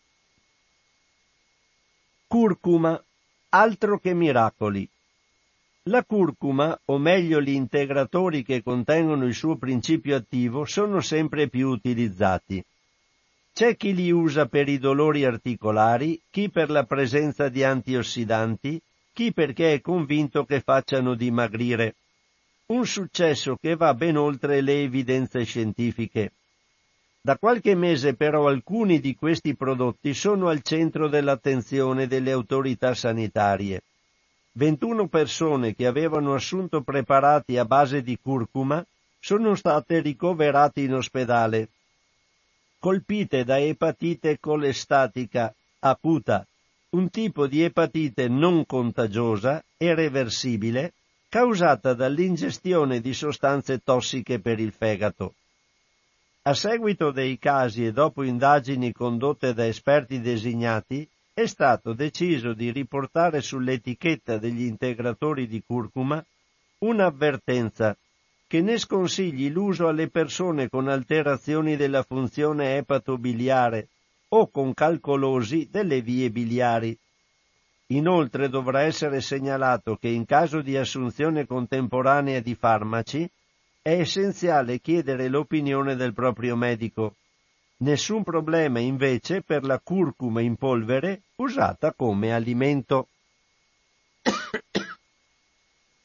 curcuma, altro che miracoli. La curcuma, o meglio gli integratori che contengono il suo principio attivo, sono sempre più utilizzati. C'è chi li usa per i dolori articolari, chi per la presenza di antiossidanti, chi perché è convinto che facciano dimagrire. Un successo che va ben oltre le evidenze scientifiche. Da qualche mese però alcuni di questi prodotti sono al centro dell'attenzione delle autorità sanitarie. 21 persone che avevano assunto preparati a base di curcuma sono state ricoverate in ospedale, colpite da epatite colestatica acuta, un tipo di epatite non contagiosa e reversibile causata dall'ingestione di sostanze tossiche per il fegato. A seguito dei casi e dopo indagini condotte da esperti designati, è stato deciso di riportare sull'etichetta degli integratori di curcuma un'avvertenza che ne sconsigli l'uso alle persone con alterazioni della funzione epatobiliare o con calcolosi delle vie biliari. Inoltre dovrà essere segnalato che in caso di assunzione contemporanea di farmaci è essenziale chiedere l'opinione del proprio medico. Nessun problema invece per la curcuma in polvere usata come alimento.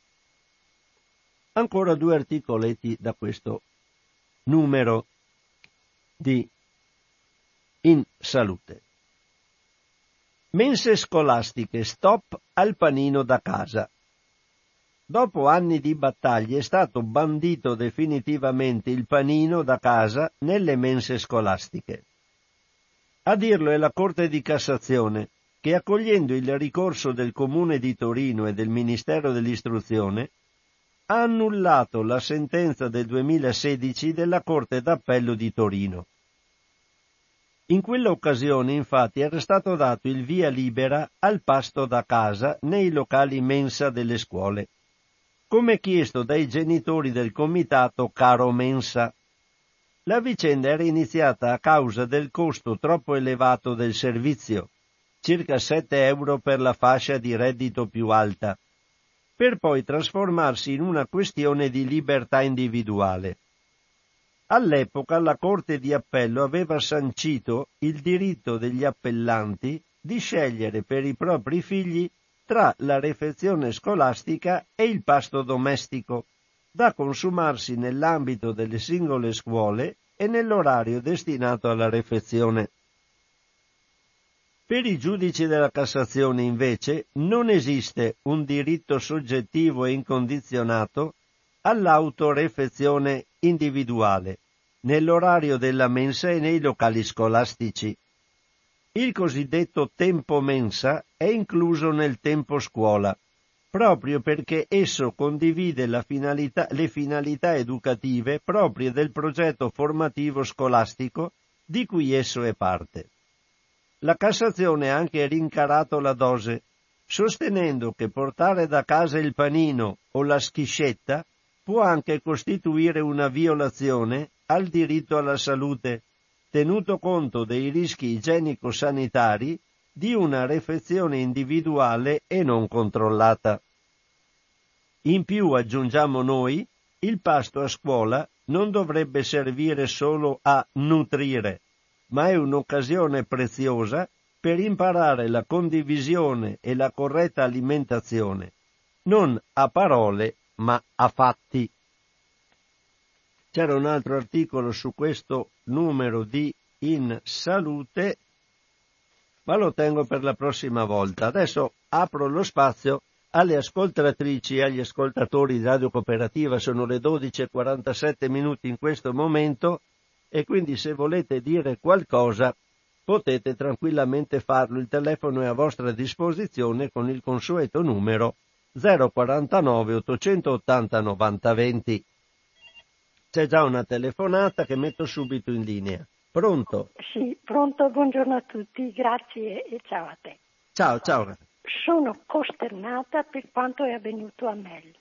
Ancora 2 articoletti da questo numero. di In Salute. Mense scolastiche, stop al panino da casa. Dopo anni di battaglie è stato bandito definitivamente il panino da casa nelle mense scolastiche. A dirlo è la Corte di Cassazione, che accogliendo il ricorso del Comune di Torino e del Ministero dell'Istruzione, ha annullato la sentenza del 2016 della Corte d'Appello di Torino. In quell'occasione, infatti, era stato dato il via libera al pasto da casa nei locali mensa delle scuole, come chiesto dai genitori del comitato Caro Mensa. La vicenda era iniziata a causa del costo troppo elevato del servizio, circa 7 euro per la fascia di reddito più alta, per poi trasformarsi in una questione di libertà individuale. All'epoca la Corte di Appello aveva sancito il diritto degli appellanti di scegliere per i propri figli tra la refezione scolastica e il pasto domestico, da consumarsi nell'ambito delle singole scuole e nell'orario destinato alla refezione. Per i giudici della Cassazione, invece, non esiste un diritto soggettivo e incondizionato all'autorefezione individuale, nell'orario della mensa e nei locali scolastici. Il cosiddetto tempo mensa è incluso nel tempo scuola, proprio perché esso condivide le finalità educative proprie del progetto formativo scolastico di cui esso è parte. La Cassazione ha anche rincarato la dose, sostenendo che portare da casa il panino o la schiscetta può anche costituire una violazione al diritto alla salute, tenuto conto dei rischi igienico-sanitari di una refezione individuale e non controllata. In più, aggiungiamo noi, il pasto a scuola non dovrebbe servire solo a nutrire, ma è un'occasione preziosa per imparare la condivisione e la corretta alimentazione, non a parole, ma a fatti. C'era un altro articolo su questo numero di In Salute, ma lo tengo per la prossima volta. Adesso apro lo spazio alle ascoltatrici e agli ascoltatori di Radio Cooperativa. Sono le 12:47 in questo momento e quindi se volete dire qualcosa potete tranquillamente farlo. Il telefono è a vostra disposizione con il consueto numero 049 880 90 20. C'è già una telefonata che metto subito in linea. Pronto? Sì, pronto, buongiorno a tutti, grazie e ciao a te. Ciao. Sono costernata per quanto è avvenuto a Mel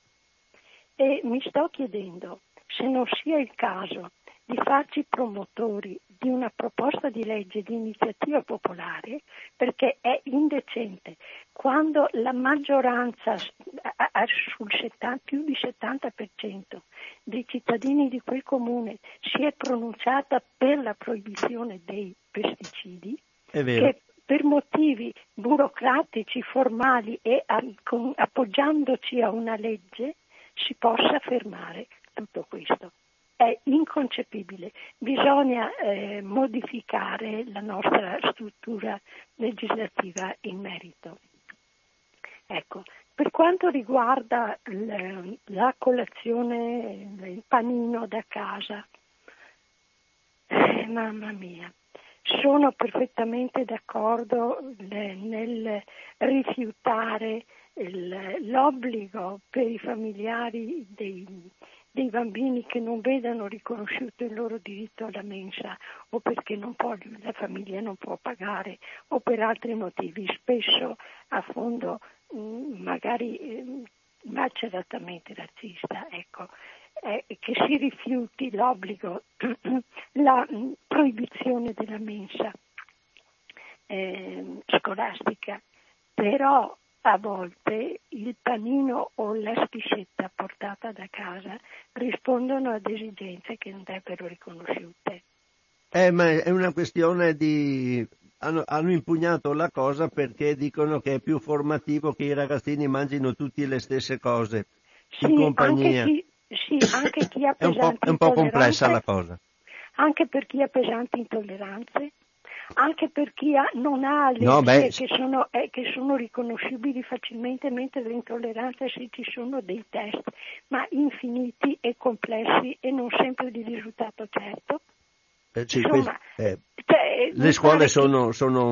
e mi sto chiedendo se non sia il caso di farci promotori di una proposta di legge di iniziativa popolare, perché è indecente quando la maggioranza più di 70% dei cittadini di quel comune si è pronunciata per la proibizione dei pesticidi, è vero, che per motivi burocratici, formali e appoggiandoci a una legge si possa fermare tutto questo. È inconcepibile, bisogna modificare la nostra struttura legislativa in merito. Ecco, per quanto riguarda la colazione, il panino da casa, mamma mia, sono perfettamente d'accordo nel rifiutare l'obbligo per i familiari dei bambini che non vedano riconosciuto il loro diritto alla mensa o perché la famiglia non può pagare o per altri motivi, spesso a fondo magari maceratamente razzista, ecco, che si rifiuti l'obbligo, la proibizione della mensa scolastica, però a volte il panino o la schiscetta portata da casa rispondono ad esigenze che non andrebbero riconosciute. Ma è una questione di... Hanno impugnato la cosa perché dicono che è più formativo che i ragazzini mangino tutti le stesse cose in compagnia. Anche chi ha pesanti è un po' complessa la cosa. anche per chi ha pesanti intolleranze, anche per chi non ha allergie che sono riconoscibili facilmente, mentre le intolleranze sì, ci sono dei test, ma infiniti e complessi e non sempre di risultato certo. Insomma, le scuole sono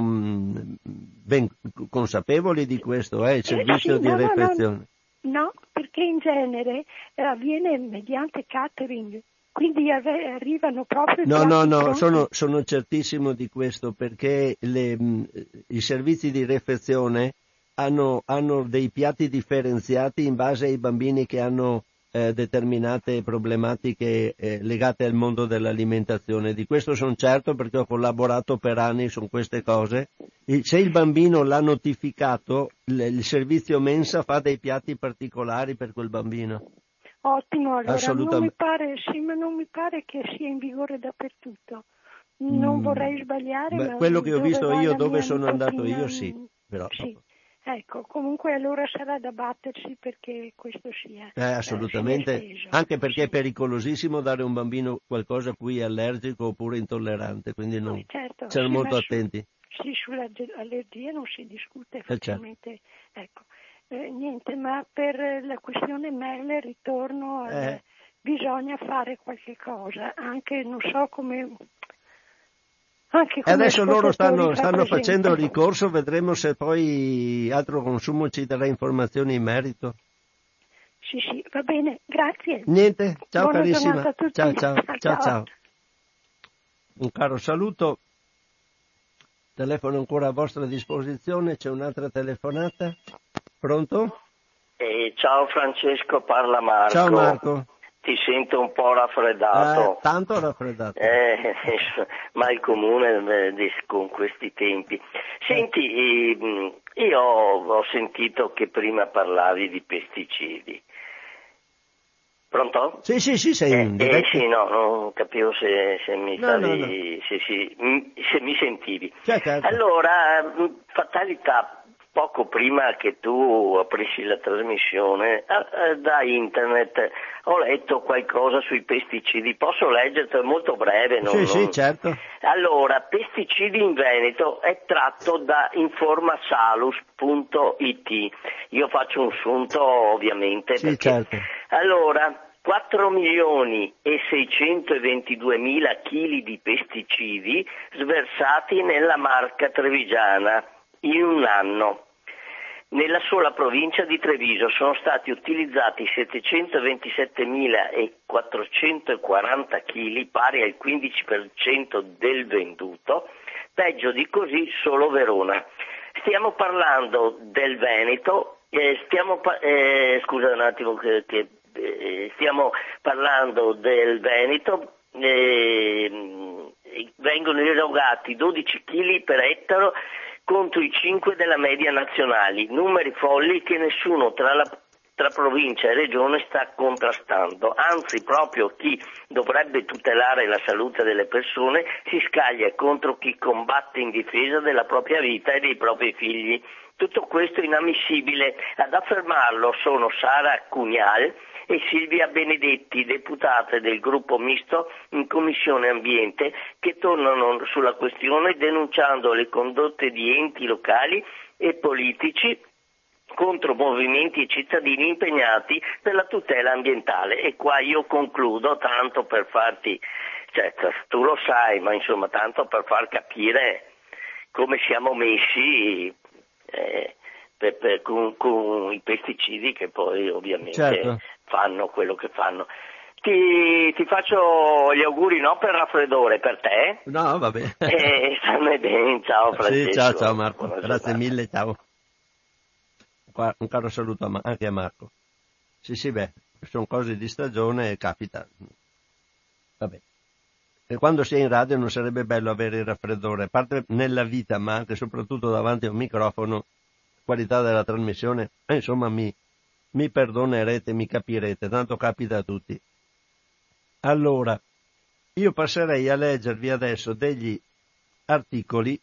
ben consapevoli di questo, il servizio di refezione? No, perché in genere avviene mediante catering. Quindi arrivano proprio No, sono certissimo di questo, perché i servizi di refezione hanno dei piatti differenziati in base ai bambini che hanno determinate problematiche legate al mondo dell'alimentazione. Di questo sono certo, perché ho collaborato per anni su queste cose. Se il bambino l'ha notificato, il servizio mensa fa dei piatti particolari per quel bambino. Ottimo, allora non mi pare che sia in vigore dappertutto. Non vorrei sbagliare, ma quello che ho visto io, dove sono andato io, sì. Però, sì. Ecco, comunque allora sarà da battersi perché questo sia assolutamente, sia esteso. Anche perché è pericolosissimo dare a un bambino qualcosa a cui è allergico oppure intollerante, quindi siamo molto attenti. Sì, sull'allergia non si discute facilmente, ecco. Niente, ma per la questione Merle ritorno bisogna fare qualche cosa, anche non so come. Anche come adesso loro stanno facendo il ricorso, vedremo se poi Altro Consumo ci darà informazioni in merito. Sì, va bene, grazie. Niente, ciao. Buona carissima. Giornata a tutti. Ciao. Un caro saluto. Telefono ancora a vostra disposizione, c'è un'altra telefonata. Pronto? Ciao Francesco, parla Marco. Ciao Marco. Ti sento un po' raffreddato. Tanto raffreddato. Ma il comune con questi tempi. Senti, io ho sentito che prima parlavi di pesticidi. Pronto? Sì, sei in diretta. Sì, no, non capivo se mi stavi, se mi sentivi. Certo. Allora, fatalità. Poco prima che tu aprissi la trasmissione, da internet ho letto qualcosa sui pesticidi. Posso leggerlo? È molto breve. Sì, certo. Allora, pesticidi in Veneto è tratto da informasalus.it. Io faccio un sunto, ovviamente. Sì, certo. Allora, 4.622.000 chili di pesticidi sversati nella Marca trevigiana in un anno. Nella sola provincia di Treviso sono stati utilizzati 727.440 kg, pari al 15% del venduto, peggio di così solo Verona. Stiamo parlando del Veneto, stiamo parlando del Veneto, vengono erogati 12 kg per ettaro contro i 5 della media nazionale, numeri folli che nessuno tra provincia e regione sta contrastando, anzi proprio chi dovrebbe tutelare la salute delle persone si scaglia contro chi combatte in difesa della propria vita e dei propri figli. Tutto questo è inammissibile. Ad affermarlo sono Sara Cugnal e Silvia Benedetti, deputate del gruppo misto in Commissione Ambiente, che tornano sulla questione denunciando le condotte di enti locali e politici contro movimenti e cittadini impegnati per la tutela ambientale. E qua io concludo, tanto per farti, tu lo sai, ma insomma tanto per far capire come siamo messi con i pesticidi che poi ovviamente fanno quello che fanno. Ti faccio gli auguri non per raffreddore, per te. No, va bene. Stanno bene, ciao Francesco. Sì, ciao Marco, grazie mille, ciao. Un caro saluto anche a Marco. Sì, sono cose di stagione e capita. Vabbè. E quando si è in radio non sarebbe bello avere il raffreddore, a parte nella vita, ma anche e soprattutto davanti a un microfono, qualità della trasmissione, insomma mi perdonerete, mi capirete, tanto capita a tutti. Allora, io passerei a leggervi adesso degli articoli.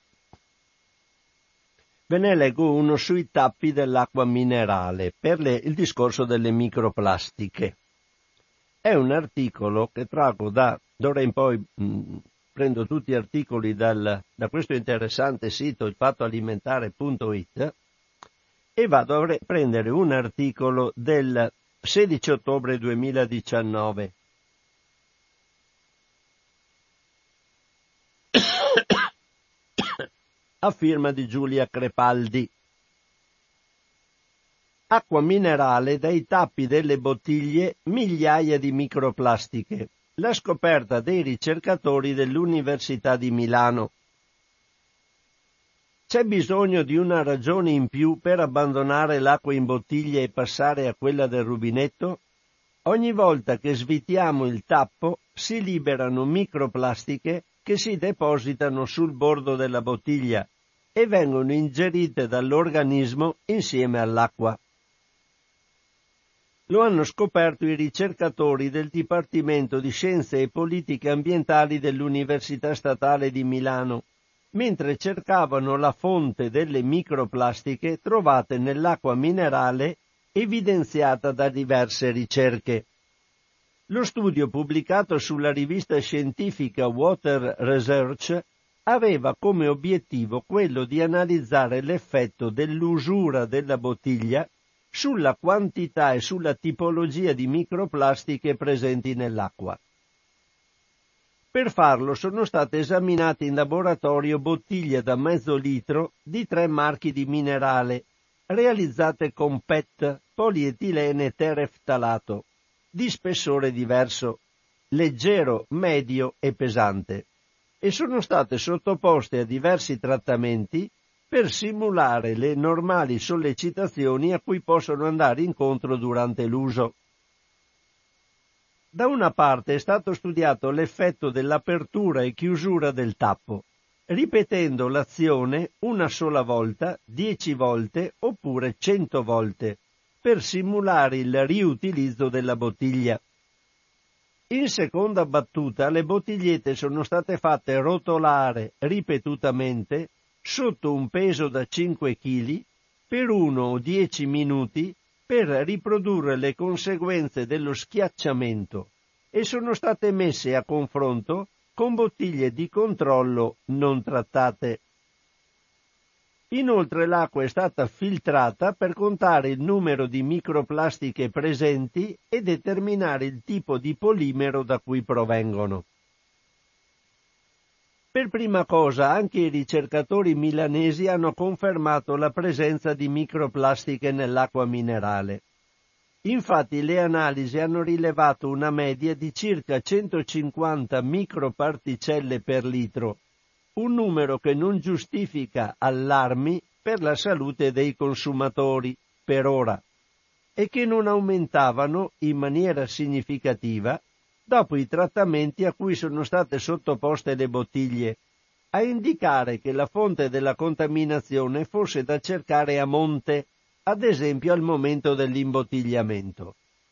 Ve ne leggo uno sui tappi dell'acqua minerale per il discorso delle microplastiche. È un articolo che traggo da d'ora in poi prendo tutti gli articoli da questo interessante sito, ilfattoalimentare.it, e vado a prendere un articolo del 16 ottobre 2019. A firma di Giulia Crepaldi. Acqua minerale dai tappi delle bottiglie, migliaia di microplastiche. La scoperta dei ricercatori dell'Università di Milano. C'è bisogno di una ragione in più per abbandonare l'acqua in bottiglia e passare a quella del rubinetto? Ogni volta che svitiamo il tappo si liberano microplastiche che si depositano sul bordo della bottiglia e vengono ingerite dall'organismo insieme all'acqua. Lo hanno scoperto i ricercatori del Dipartimento di Scienze e Politiche Ambientali dell'Università Statale di Milano, mentre cercavano la fonte delle microplastiche trovate nell'acqua minerale evidenziata da diverse ricerche. Lo studio pubblicato sulla rivista scientifica Water Research aveva come obiettivo quello di analizzare l'effetto dell'usura della bottiglia sulla quantità e sulla tipologia di microplastiche presenti nell'acqua. Per farlo sono state esaminate in laboratorio bottiglie da mezzo litro di 3 marchi di minerale, realizzate con PET, polietilene tereftalato, di spessore diverso, leggero, medio e pesante, e sono state sottoposte a diversi trattamenti per simulare le normali sollecitazioni a cui possono andare incontro durante l'uso. Da una parte è stato studiato l'effetto dell'apertura e chiusura del tappo, ripetendo l'azione una sola volta, 10 volte oppure 100 volte, per simulare il riutilizzo della bottiglia. In seconda battuta le bottigliette sono state fatte rotolare ripetutamente sotto un peso da 5 kg per 1 o 10 minuti per riprodurre le conseguenze dello schiacciamento e sono state messe a confronto con bottiglie di controllo non trattate. Inoltre l'acqua è stata filtrata per contare il numero di microplastiche presenti e determinare il tipo di polimero da cui provengono. Per prima cosa anche i ricercatori milanesi hanno confermato la presenza di microplastiche nell'acqua minerale. Infatti le analisi hanno rilevato una media di circa 150 microparticelle per litro, un numero che non giustifica allarmi per la salute dei consumatori per ora e che non aumentavano in maniera significativa dopo i trattamenti a cui sono state sottoposte le bottiglie, a indicare che la fonte della contaminazione fosse da cercare a monte, ad esempio al momento dell'imbottigliamento.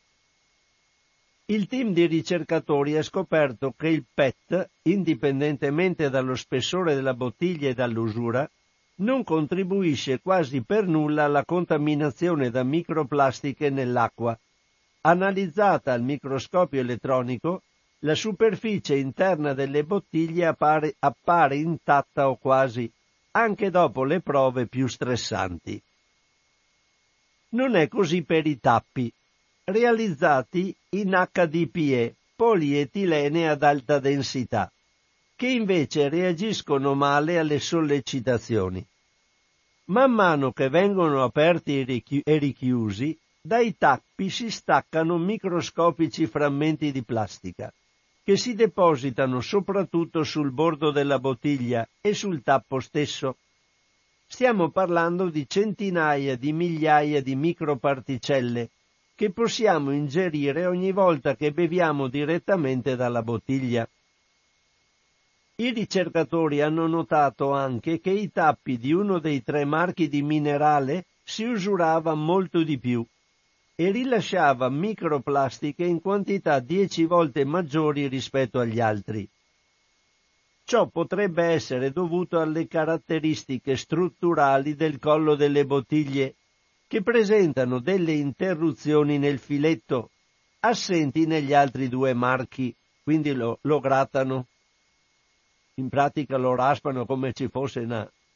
Il team di ricercatori ha scoperto che il PET, indipendentemente dallo spessore della bottiglia e dall'usura, non contribuisce quasi per nulla alla contaminazione da microplastiche nell'acqua. Analizzata al microscopio elettronico, la superficie interna delle bottiglie appare intatta o quasi, anche dopo le prove più stressanti. Non è così per i tappi, realizzati in HDPE, polietilene ad alta densità, che invece reagiscono male alle sollecitazioni. Man mano che vengono aperti e richiusi, dai tappi si staccano microscopici frammenti di plastica, che si depositano soprattutto sul bordo della bottiglia e sul tappo stesso. Stiamo parlando di centinaia di migliaia di microparticelle che possiamo ingerire ogni volta che beviamo direttamente dalla bottiglia. I ricercatori hanno notato anche che i tappi di uno dei 3 marchi di minerale si usurava molto di più e rilasciava microplastiche in quantità 10 volte maggiori rispetto agli altri. Ciò potrebbe essere dovuto alle caratteristiche strutturali del collo delle bottiglie, che presentano delle interruzioni nel filetto, assenti negli altri 2 marchi, quindi lo grattano, in pratica lo raspano come ci fosse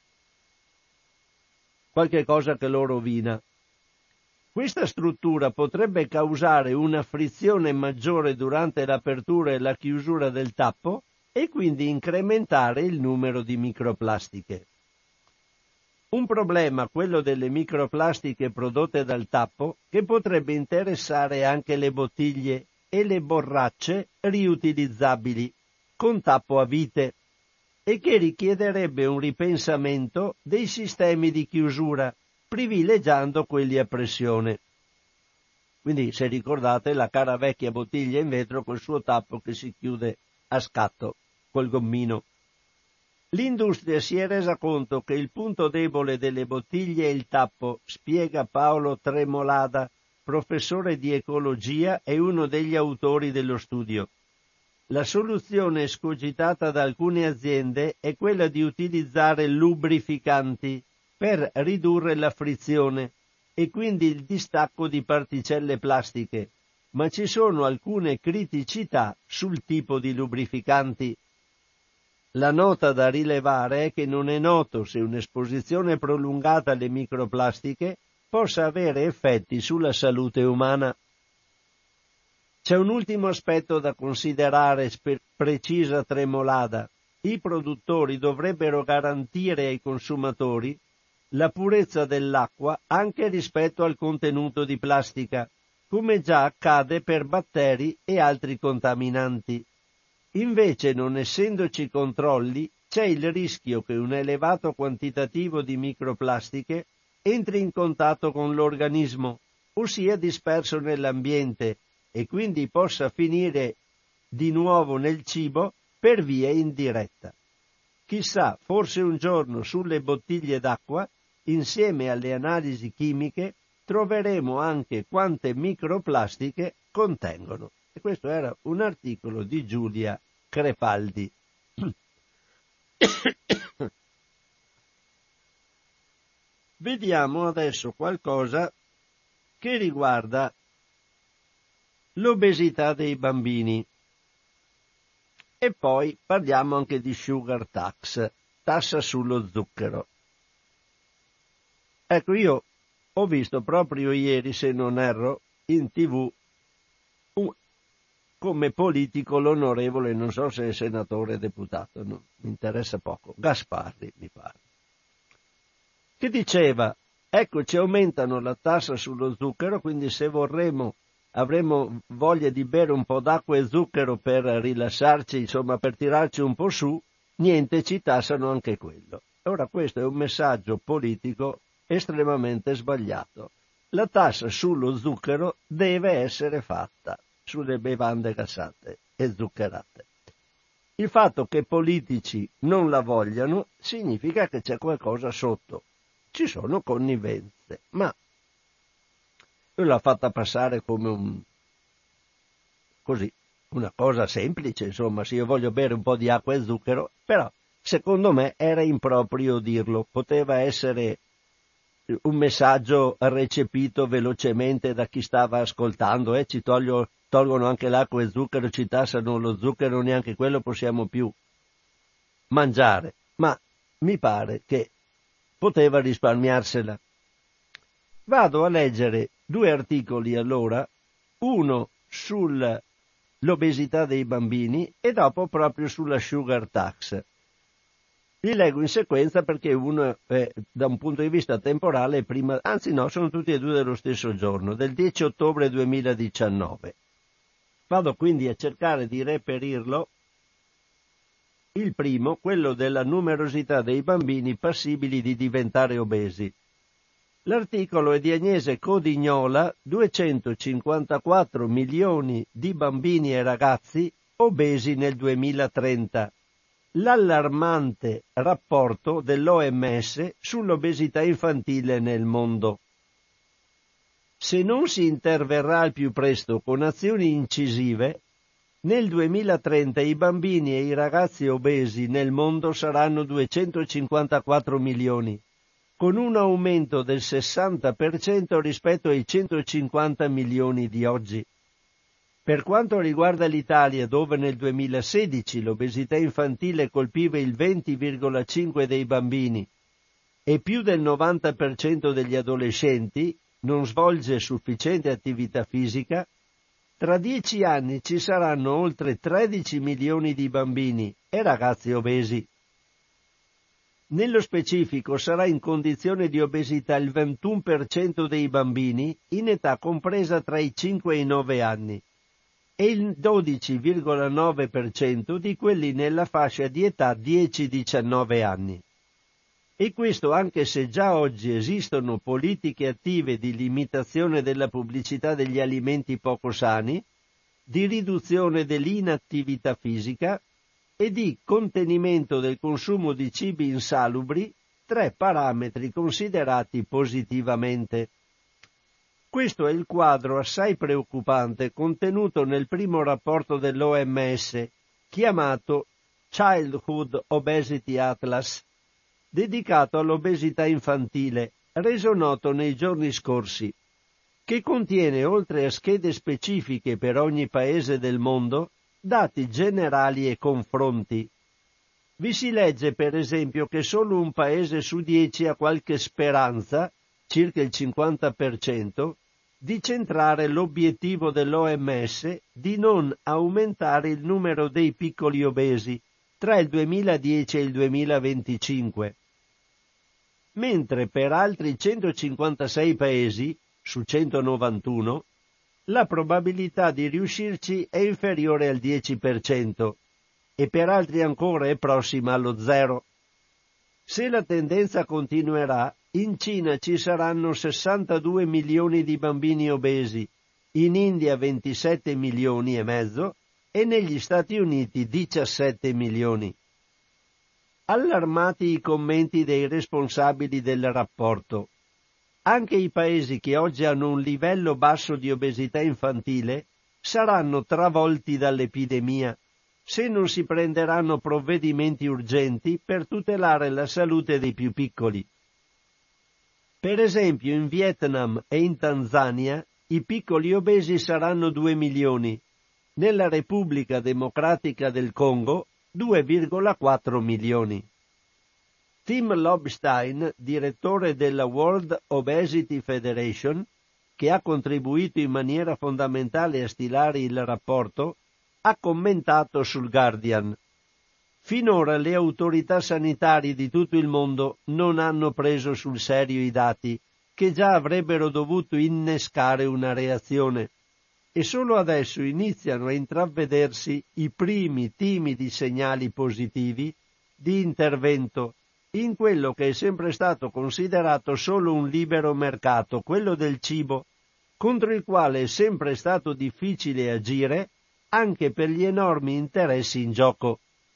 qualche cosa che lo rovina. Questa struttura potrebbe causare una frizione maggiore durante l'apertura e la chiusura del tappo e quindi incrementare il numero di microplastiche. Un problema, quello delle microplastiche prodotte dal tappo, che potrebbe interessare anche le bottiglie e le borracce riutilizzabili con tappo a vite e che richiederebbe un ripensamento dei sistemi di chiusura, privilegiando quelli a pressione. Quindi, se ricordate, la cara vecchia bottiglia in vetro col suo tappo che si chiude a scatto col gommino. L'industria si è resa conto che il punto debole delle bottiglie è il tappo, spiega Paolo Tremolada, professore di ecologia e uno degli autori dello studio. La soluzione escogitata da alcune aziende è quella di utilizzare lubrificanti per ridurre la frizione e quindi il distacco di particelle plastiche, ma ci sono alcune criticità sul tipo di lubrificanti. La nota da rilevare è che non è noto se un'esposizione prolungata alle microplastiche possa avere effetti sulla salute umana. C'è un ultimo aspetto da considerare, precisa Tremolada. I produttori dovrebbero garantire ai consumatori la purezza dell'acqua anche rispetto al contenuto di plastica, come già accade per batteri e altri contaminanti. Invece, non essendoci controlli, c'è il rischio che un elevato quantitativo di microplastiche entri in contatto con l'organismo o sia disperso nell'ambiente e quindi possa finire di nuovo nel cibo per via indiretta. Chissà, forse un giorno sulle bottiglie d'acqua, insieme alle analisi chimiche, troveremo anche quante microplastiche contengono. E questo era un articolo di Giulia Crepaldi. Vediamo adesso qualcosa che riguarda l'obesità dei bambini. E poi parliamo anche di sugar tax, tassa sullo zucchero. Ecco, io ho visto proprio ieri, se non erro, in TV come politico l'onorevole, non so se è senatore o deputato, no, mi interessa poco, Gasparri mi pare, che diceva, ecco, ci aumentano la tassa sullo zucchero, quindi se avremo voglia di bere un po' d'acqua e zucchero per rilassarci, insomma per tirarci un po' su, niente, ci tassano anche quello. Ora questo è un messaggio politico estremamente sbagliato. La tassa sullo zucchero deve essere fatta sulle bevande gassate e zuccherate. Il fatto che politici non la vogliano significa che c'è qualcosa sotto. Ci sono connivenze, ma lui l'ha fatta passare come una cosa semplice, insomma, se io voglio bere un po' di acqua e zucchero, però secondo me era improprio dirlo, poteva essere un messaggio recepito velocemente da chi stava ascoltando, ci tolgono anche l'acqua e zucchero, ci tassano lo zucchero, neanche quello possiamo più mangiare, ma mi pare che poteva risparmiarsela. Vado a leggere 2 articoli allora, uno sull'obesità dei bambini e dopo proprio sulla sugar tax. Li leggo in sequenza perché uno da un punto di vista temporale sono tutti e 2 dello stesso giorno, del 10 ottobre 2019. Vado quindi a cercare di reperirlo. Il primo, quello della numerosità dei bambini passibili di diventare obesi. L'articolo è di Agnese Codignola, 254 milioni di bambini e ragazzi obesi nel 2030. L'allarmante rapporto dell'OMS sull'obesità infantile nel mondo. Se non si interverrà al più presto con azioni incisive, nel 2030 i bambini e i ragazzi obesi nel mondo saranno 254 milioni, con un aumento del 60% rispetto ai 150 milioni di oggi. Per quanto riguarda l'Italia, dove nel 2016 l'obesità infantile colpiva il 20,5% dei bambini e più del 90% degli adolescenti non svolge sufficiente attività fisica, tra 10 anni ci saranno oltre 13 milioni di bambini e ragazzi obesi. Nello specifico sarà in condizione di obesità il 21% dei bambini in età compresa tra i 5 e i 9 anni e il 12,9% di quelli nella fascia di età 10-19 anni. E questo anche se già oggi esistono politiche attive di limitazione della pubblicità degli alimenti poco sani, di riduzione dell'inattività fisica e di contenimento del consumo di cibi insalubri, 3 parametri considerati positivamente. Questo è il quadro assai preoccupante contenuto nel primo rapporto dell'OMS, chiamato Childhood Obesity Atlas, dedicato all'obesità infantile, reso noto nei giorni scorsi, che contiene, oltre a schede specifiche per ogni paese del mondo, dati generali e confronti. Vi si legge per esempio che solo un paese su 10 ha qualche speranza, circa il 50%, di centrare l'obiettivo dell'OMS di non aumentare il numero dei piccoli obesi tra il 2010 e il 2025. Mentre per altri 156 paesi, su 191, la probabilità di riuscirci è inferiore al 10% e per altri ancora è prossima allo 0. Se la tendenza continuerà, in Cina ci saranno 62 milioni di bambini obesi, in India 27 milioni e mezzo e negli Stati Uniti 17 milioni. Allarmati i commenti dei responsabili del rapporto. Anche i paesi che oggi hanno un livello basso di obesità infantile saranno travolti dall'epidemia se non si prenderanno provvedimenti urgenti per tutelare la salute dei più piccoli. Per esempio in Vietnam e in Tanzania i piccoli obesi saranno 2 milioni, nella Repubblica Democratica del Congo 2,4 milioni. Tim Lobstein, direttore della World Obesity Federation, che ha contribuito in maniera fondamentale a stilare il rapporto, ha commentato sul Guardian: finora le autorità sanitarie di tutto il mondo non hanno preso sul serio i dati che già avrebbero dovuto innescare una reazione e solo adesso iniziano a intravvedersi i primi timidi segnali positivi di intervento in quello che è sempre stato considerato solo un libero mercato, quello del cibo, contro il quale è sempre stato difficile agire anche per gli enormi interessi in gioco.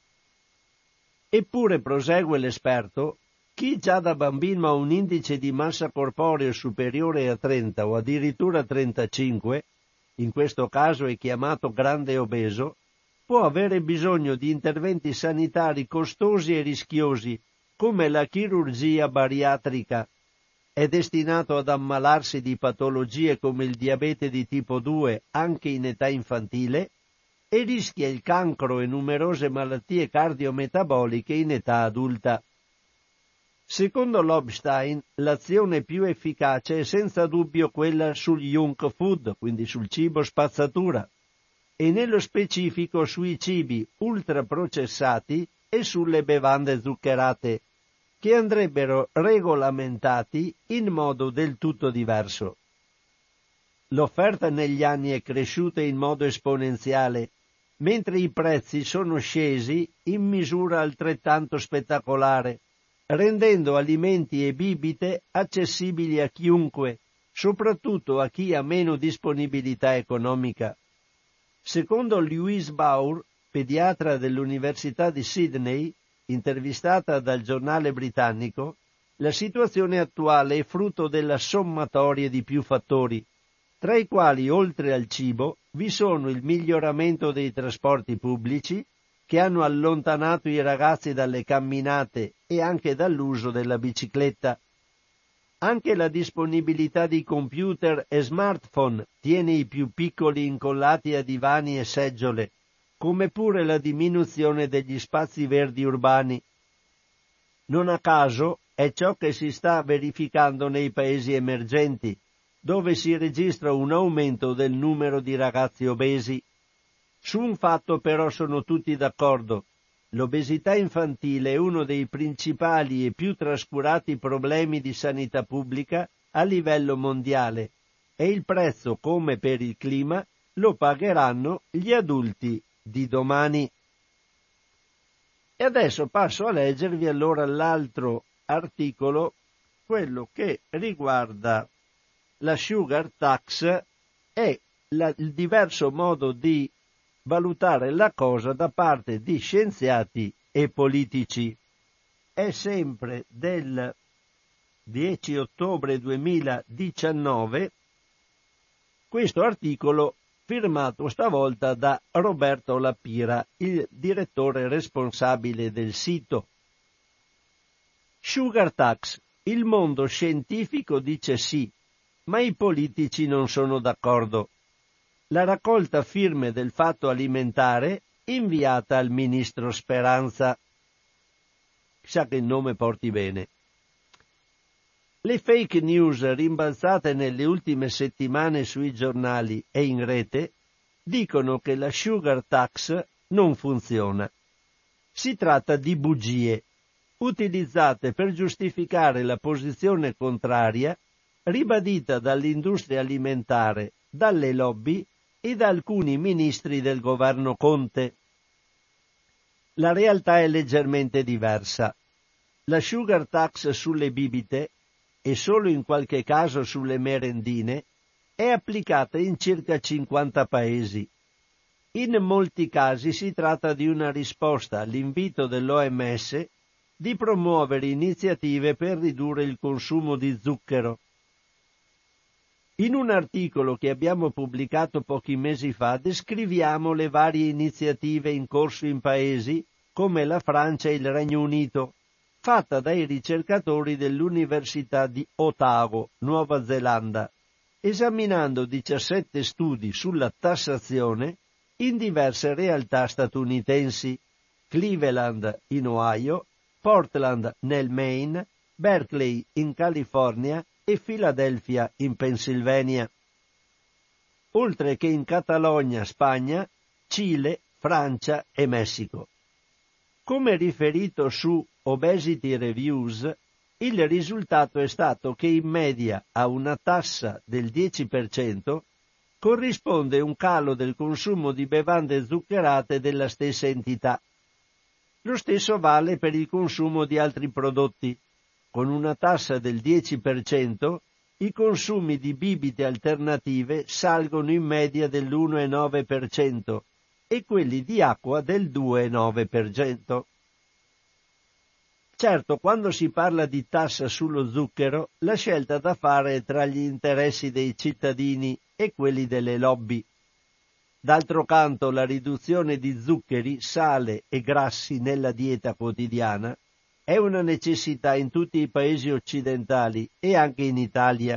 Eppure, prosegue l'esperto, chi già da bambino ha un indice di massa corporea superiore a 30 o addirittura 35, in questo caso è chiamato grande obeso, può avere bisogno di interventi sanitari costosi e rischiosi, come la chirurgia bariatrica. È destinato ad ammalarsi di patologie come il diabete di tipo 2 anche in età infantile e rischia il cancro e numerose malattie cardiometaboliche in età adulta. Secondo Lobstein, l'azione più efficace è senza dubbio quella sul junk food, quindi sul cibo spazzatura, e nello specifico sui cibi ultraprocessati e sulle bevande zuccherate, che andrebbero regolamentati in modo del tutto diverso. L'offerta negli anni è cresciuta in modo esponenziale, mentre i prezzi sono scesi in misura altrettanto spettacolare, rendendo alimenti e bibite accessibili a chiunque, soprattutto a chi ha meno disponibilità economica. Secondo Louise Baur, pediatra dell'Università di Sydney, intervistata dal giornale britannico, la situazione attuale è frutto della sommatoria di più fattori, tra i quali, oltre al cibo, vi sono il miglioramento dei trasporti pubblici, che hanno allontanato i ragazzi dalle camminate e anche dall'uso della bicicletta, Anche la disponibilità di computer e smartphone tiene i più piccoli incollati a divani e seggiole, come pure la diminuzione degli spazi verdi urbani. Non a caso è ciò che si sta verificando nei paesi emergenti, dove si registra un aumento del numero di ragazzi obesi. Su un fatto però sono tutti d'accordo: l'obesità infantile è uno dei principali e più trascurati problemi di sanità pubblica a livello mondiale e il prezzo, come per il clima, lo pagheranno gli adulti di domani. E adesso passo a leggervi allora l'altro articolo, quello che riguarda la sugar tax e il diverso modo di valutare la cosa da parte di scienziati e politici. È sempre del 10 ottobre 2019 questo articolo, firmato stavolta da Roberto Lapira, il direttore responsabile del sito. Sugar tax. Il mondo scientifico dice sì, ma i politici non sono d'accordo. La raccolta firme del Fatto Alimentare inviata al ministro Speranza. Chissà che il nome porti bene. Le fake news rimbalzate nelle ultime settimane sui giornali e in rete dicono che la sugar tax non funziona. Si tratta di bugie, utilizzate per giustificare la posizione contraria ribadita dall'industria alimentare, dalle lobby e da alcuni ministri del governo Conte. La realtà è leggermente diversa. La sugar tax sulle bibite, e solo in qualche caso sulle merendine, è applicata in circa 50 paesi. In molti casi si tratta di una risposta all'invito dell'OMS di promuovere iniziative per ridurre il consumo di zucchero. In un articolo che abbiamo pubblicato pochi mesi fa descriviamo le varie iniziative in corso in paesi come la Francia e il Regno Unito, fatta dai ricercatori dell'Università di Otago, Nuova Zelanda, esaminando 17 studi sulla tassazione in diverse realtà statunitensi: Cleveland in Ohio, Portland nel Maine, Berkeley in California e Filadelfia in Pennsylvania, oltre che in Catalogna, Spagna, Cile, Francia e Messico. Come riferito su Obesity Reviews, il risultato è stato che in media a una tassa del 10% corrisponde un calo del consumo di bevande zuccherate della stessa entità. Lo stesso vale per il consumo di altri prodotti. Con una tassa del 10%, i consumi di bibite alternative salgono in media dell'1,9% e quelli di acqua del 2,9%. Certo, quando si parla di tassa sullo zucchero, la scelta da fare è tra gli interessi dei cittadini e quelli delle lobby. D'altro canto, la riduzione di zuccheri, sale e grassi nella dieta quotidiana è una necessità in tutti i paesi occidentali e anche in Italia.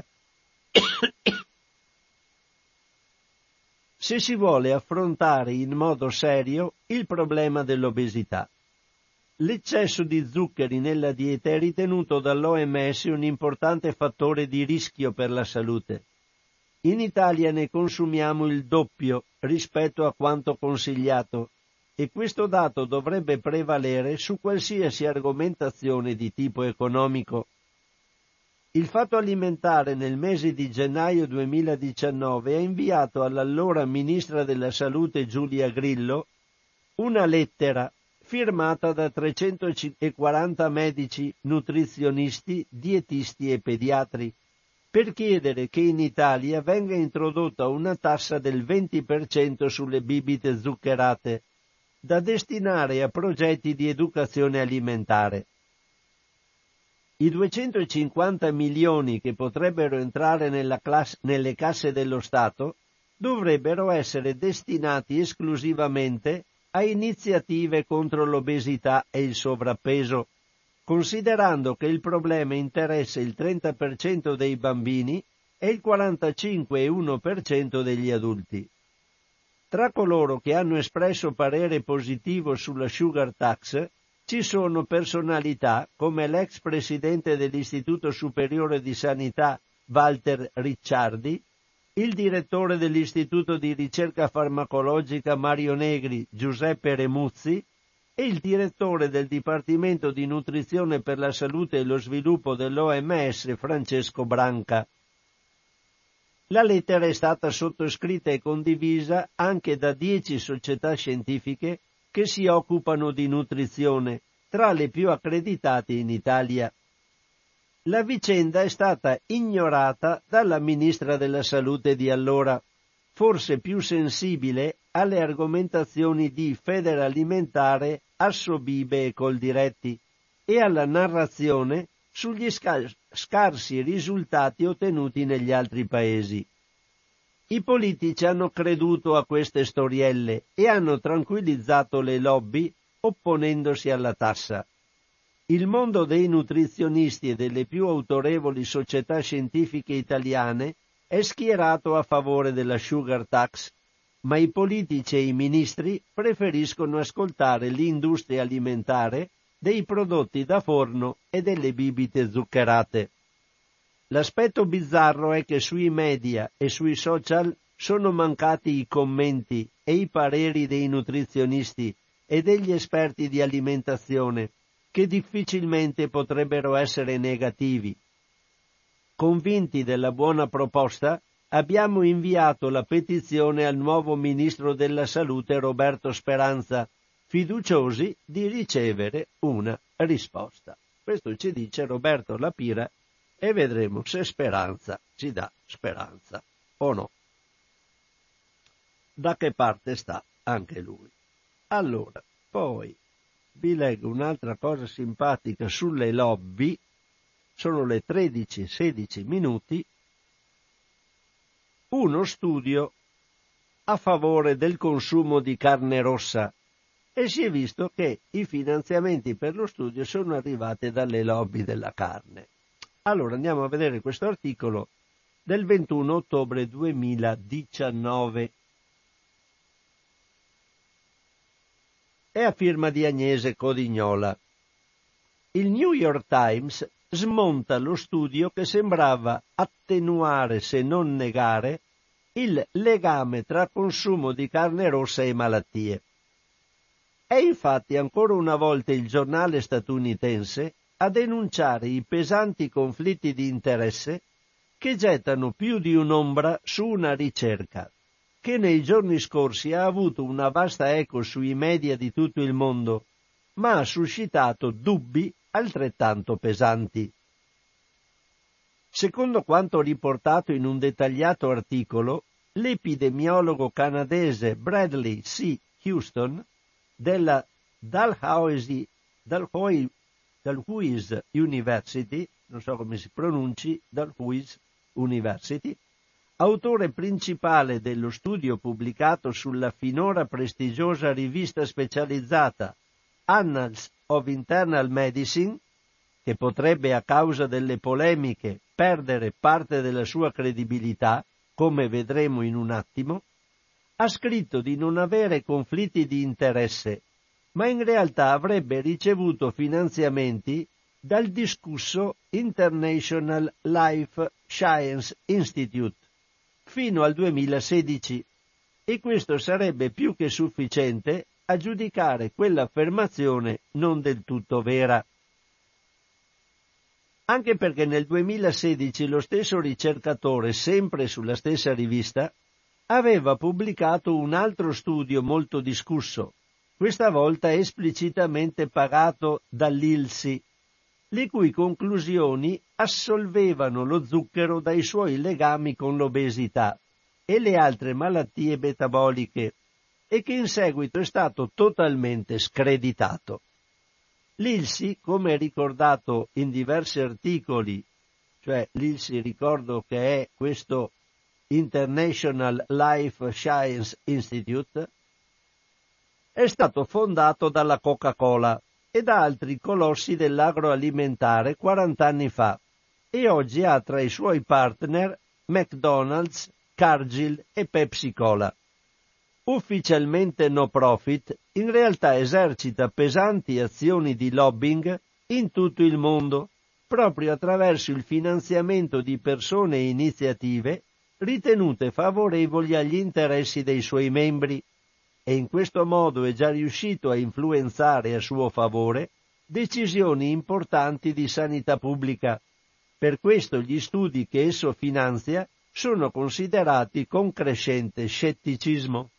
Se si vuole affrontare in modo serio il problema dell'obesità. L'eccesso di zuccheri nella dieta è ritenuto dall'OMS un importante fattore di rischio per la salute. In Italia ne consumiamo il doppio rispetto a quanto consigliato e questo dato dovrebbe prevalere su qualsiasi argomentazione di tipo economico. Il Fatto Alimentare nel mese di gennaio 2019 ha inviato all'allora ministra della Salute Giulia Grillo una lettera firmata da 340 medici, nutrizionisti, dietisti e pediatri, per chiedere che in Italia venga introdotta una tassa del 20% sulle bibite zuccherate, da destinare a progetti di educazione alimentare. I 250 milioni che potrebbero entrare nelle casse dello Stato dovrebbero essere destinati esclusivamente a iniziative contro l'obesità e il sovrappeso, considerando che il problema interessa il 30% dei bambini e il 45,1% degli adulti. Tra coloro che hanno espresso parere positivo sulla sugar tax ci sono personalità come l'ex presidente dell'Istituto Superiore di Sanità Walter Ricciardi, il direttore dell'Istituto di Ricerca Farmacologica Mario Negri Giuseppe Remuzzi e il direttore del Dipartimento di Nutrizione per la Salute e lo Sviluppo dell'OMS Francesco Branca. La lettera è stata sottoscritta e condivisa anche da 10 società scientifiche che si occupano di nutrizione, tra le più accreditate in Italia. La vicenda è stata ignorata dalla ministra della Salute di allora, forse più sensibile alle argomentazioni di Federalimentare, Assobibe e Coldiretti e alla narrazione sugli scarsi risultati ottenuti negli altri paesi. I politici hanno creduto a queste storielle e hanno tranquillizzato le lobby opponendosi alla tassa. Il mondo dei nutrizionisti e delle più autorevoli società scientifiche italiane è schierato a favore della sugar tax, ma i politici e i ministri preferiscono ascoltare l'industria alimentare dei prodotti da forno e delle bibite zuccherate. L'aspetto bizzarro è che sui media e sui social sono mancati i commenti e i pareri dei nutrizionisti e degli esperti di alimentazione, che difficilmente potrebbero essere negativi. Convinti della buona proposta, abbiamo inviato la petizione al nuovo Ministro della Salute Roberto Speranza, fiduciosi di ricevere una risposta. Questo ci dice Roberto Lapira e vedremo se Speranza ci dà speranza o no. Da che parte sta anche lui. Allora, poi vi leggo un'altra cosa simpatica sulle lobby. Sono le 13:16. Uno studio a favore del consumo di carne rossa. E si è visto che i finanziamenti per lo studio sono arrivati dalle lobby della carne. Allora andiamo a vedere questo articolo del 21 ottobre 2019. È a firma di Agnese Codignola. Il New York Times smonta lo studio che sembrava attenuare, se non negare, il legame tra consumo di carne rossa e malattie. È infatti ancora una volta il giornale statunitense a denunciare i pesanti conflitti di interesse che gettano più di un'ombra su una ricerca che nei giorni scorsi ha avuto una vasta eco sui media di tutto il mondo, ma ha suscitato dubbi altrettanto pesanti. Secondo quanto riportato in un dettagliato articolo, l'epidemiologo canadese Bradley C. Houston della Dalhousie University, non so come si pronunci, Dalhousie University, autore principale dello studio pubblicato sulla finora prestigiosa rivista specializzata Annals of Internal Medicine, che potrebbe a causa delle polemiche perdere parte della sua credibilità, come vedremo in un attimo, ha scritto di non avere conflitti di interesse, ma in realtà avrebbe ricevuto finanziamenti dal discusso International Life Science Institute fino al 2016, e questo sarebbe più che sufficiente a giudicare quell'affermazione non del tutto vera. Anche perché nel 2016 lo stesso ricercatore, sempre sulla stessa rivista, aveva pubblicato un altro studio molto discusso, questa volta esplicitamente pagato dall'ILSI, le cui conclusioni assolvevano lo zucchero dai suoi legami con l'obesità e le altre malattie metaboliche, e che in seguito è stato totalmente screditato. L'ILSI, come ricordato in diversi articoli, cioè l'ILSI ricordo che è questo International Life Science Institute, è stato fondato dalla Coca-Cola, e da altri colossi dell'agroalimentare 40 anni fa e oggi ha tra i suoi partner McDonald's, Cargill e Pepsi Cola. Ufficialmente no profit, in realtà esercita pesanti azioni di lobbying in tutto il mondo, proprio attraverso il finanziamento di persone e iniziative ritenute favorevoli agli interessi dei suoi membri, e in questo modo è già riuscito a influenzare a suo favore decisioni importanti di sanità pubblica. Per questo gli studi che esso finanzia sono considerati con crescente scetticismo.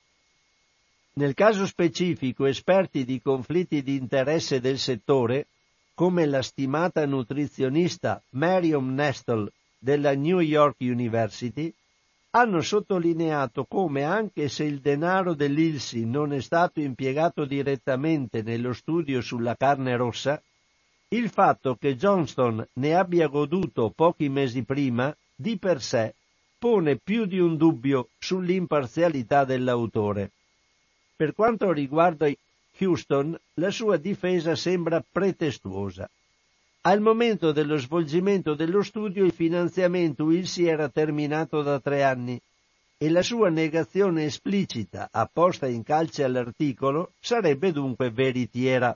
Nel caso specifico, esperti di conflitti di interesse del settore, come la stimata nutrizionista Marion Nestle della New York University, hanno sottolineato come, anche se il denaro dell'ILSI non è stato impiegato direttamente nello studio sulla carne rossa, il fatto che Johnston ne abbia goduto pochi mesi prima, di per sé, pone più di un dubbio sull'imparzialità dell'autore. Per quanto riguarda Houston, la sua difesa sembra pretestuosa. Al momento dello svolgimento dello studio il finanziamento ILSI era terminato da 3 anni e la sua negazione esplicita, apposta in calce all'articolo, sarebbe dunque veritiera.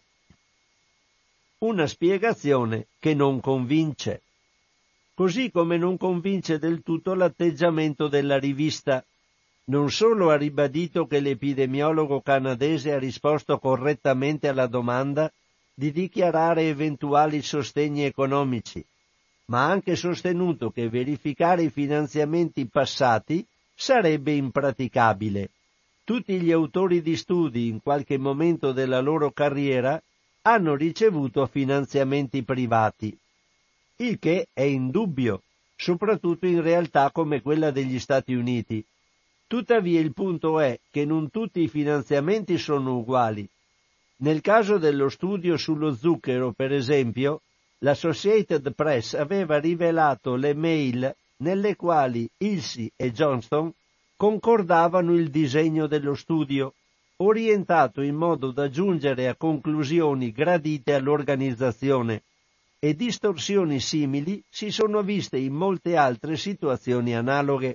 Una spiegazione che non convince. Così come non convince del tutto l'atteggiamento della rivista. Non solo ha ribadito che l'epidemiologo canadese ha risposto correttamente alla domanda di dichiarare eventuali sostegni economici, ma ha anche sostenuto che verificare i finanziamenti passati sarebbe impraticabile. Tutti gli autori di studi in qualche momento della loro carriera hanno ricevuto finanziamenti privati, il che è indubbio, soprattutto in realtà come quella degli Stati Uniti. Tuttavia il punto è che non tutti i finanziamenti sono uguali. Nel caso dello studio sullo zucchero, per esempio, l'Associated Press aveva rivelato le mail nelle quali ILSI e Johnston concordavano il disegno dello studio, orientato in modo da giungere a conclusioni gradite all'organizzazione, e distorsioni simili si sono viste in molte altre situazioni analoghe.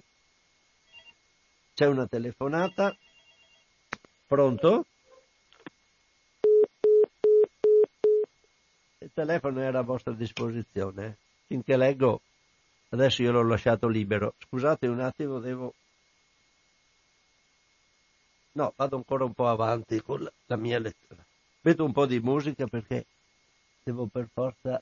C'è una telefonata. Pronto? Il telefono era a vostra disposizione. Finché leggo, adesso io l'ho lasciato libero. Scusate un attimo, No, vado ancora un po' avanti con la mia lettura. Vedo un po' di musica perché devo per forza...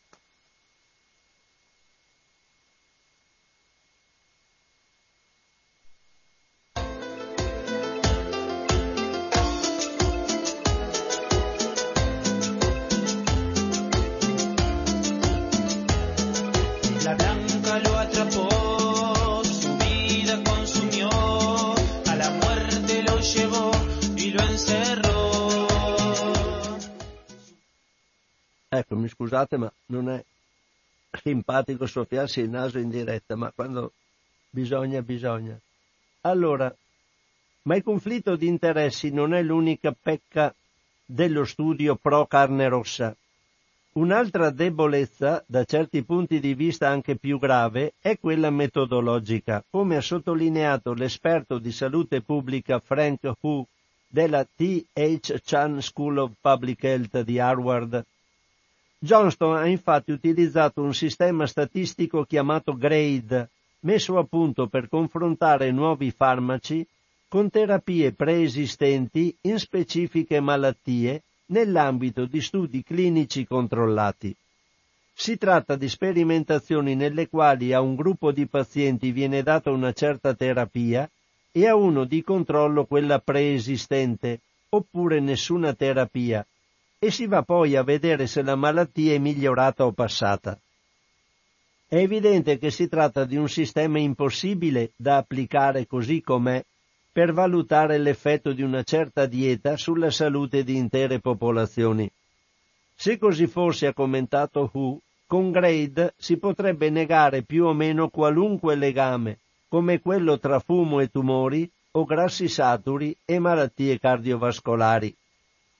Eccomi, scusate, ma non è simpatico soffiarsi il naso in diretta, ma quando bisogna. Allora, ma il conflitto di interessi non è l'unica pecca dello studio pro carne rossa. Un'altra debolezza, da certi punti di vista anche più grave, è quella metodologica, come ha sottolineato l'esperto di salute pubblica Frank Hu della T.H. Chan School of Public Health di Harvard. Johnston ha infatti utilizzato un sistema statistico chiamato GRADE, messo a punto per confrontare nuovi farmaci con terapie preesistenti in specifiche malattie nell'ambito di studi clinici controllati. Si tratta di sperimentazioni nelle quali a un gruppo di pazienti viene data una certa terapia e a uno di controllo quella preesistente, oppure nessuna terapia, e si va poi a vedere se la malattia è migliorata o passata. È evidente che si tratta di un sistema impossibile da applicare così com'è per valutare l'effetto di una certa dieta sulla salute di intere popolazioni. Se così fosse, ha commentato Hu, con GRADE si potrebbe negare più o meno qualunque legame, come quello tra fumo e tumori o grassi saturi e malattie cardiovascolari.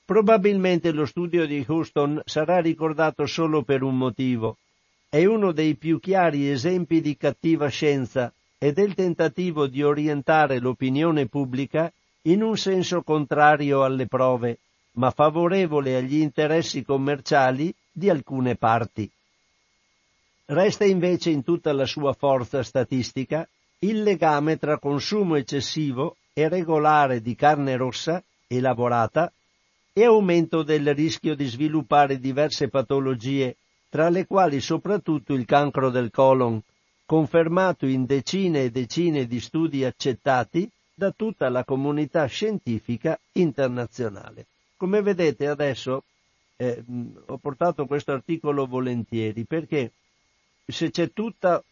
Probabilmente lo studio di Houston sarà ricordato solo per un motivo. È uno dei più chiari esempi di cattiva scienza e del tentativo di orientare l'opinione pubblica in un senso contrario alle prove, ma favorevole agli interessi commerciali di alcune parti. Resta invece in tutta la sua forza statistica il legame tra consumo eccessivo e regolare di carne rossa, elaborata, e aumento del rischio di sviluppare diverse patologie, tra le quali soprattutto il cancro del colon, confermato in decine e decine di studi accettati da tutta la comunità scientifica internazionale. Come vedete adesso ho portato questo articolo volentieri perché se c'è tutta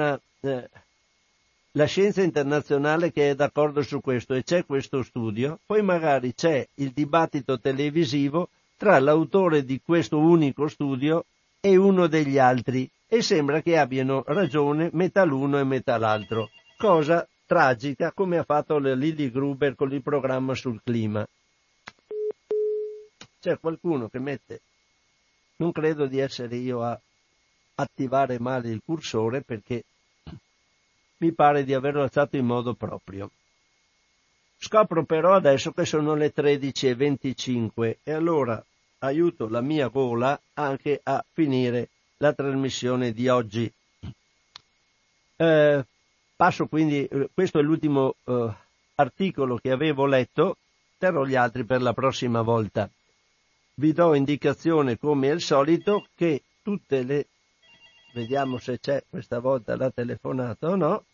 la scienza internazionale che è d'accordo su questo e c'è questo studio, poi magari c'è il dibattito televisivo tra l'autore di questo unico studio e uno degli altri e sembra che abbiano ragione metà l'uno e metà l'altro. Cosa tragica come ha fatto la Lily Gruber con il programma sul clima. C'è qualcuno che mette, non credo di essere io a attivare male il cursore perché mi pare di averlo alzato in modo proprio. Scopro però adesso che sono le 13:25 e allora aiuto la mia gola anche a finire la trasmissione di oggi. Passo quindi, questo è l'ultimo articolo che avevo letto, terrò gli altri per la prossima volta. Vi do indicazione come al solito che tutte le... Vediamo se c'è questa volta la telefonata o no.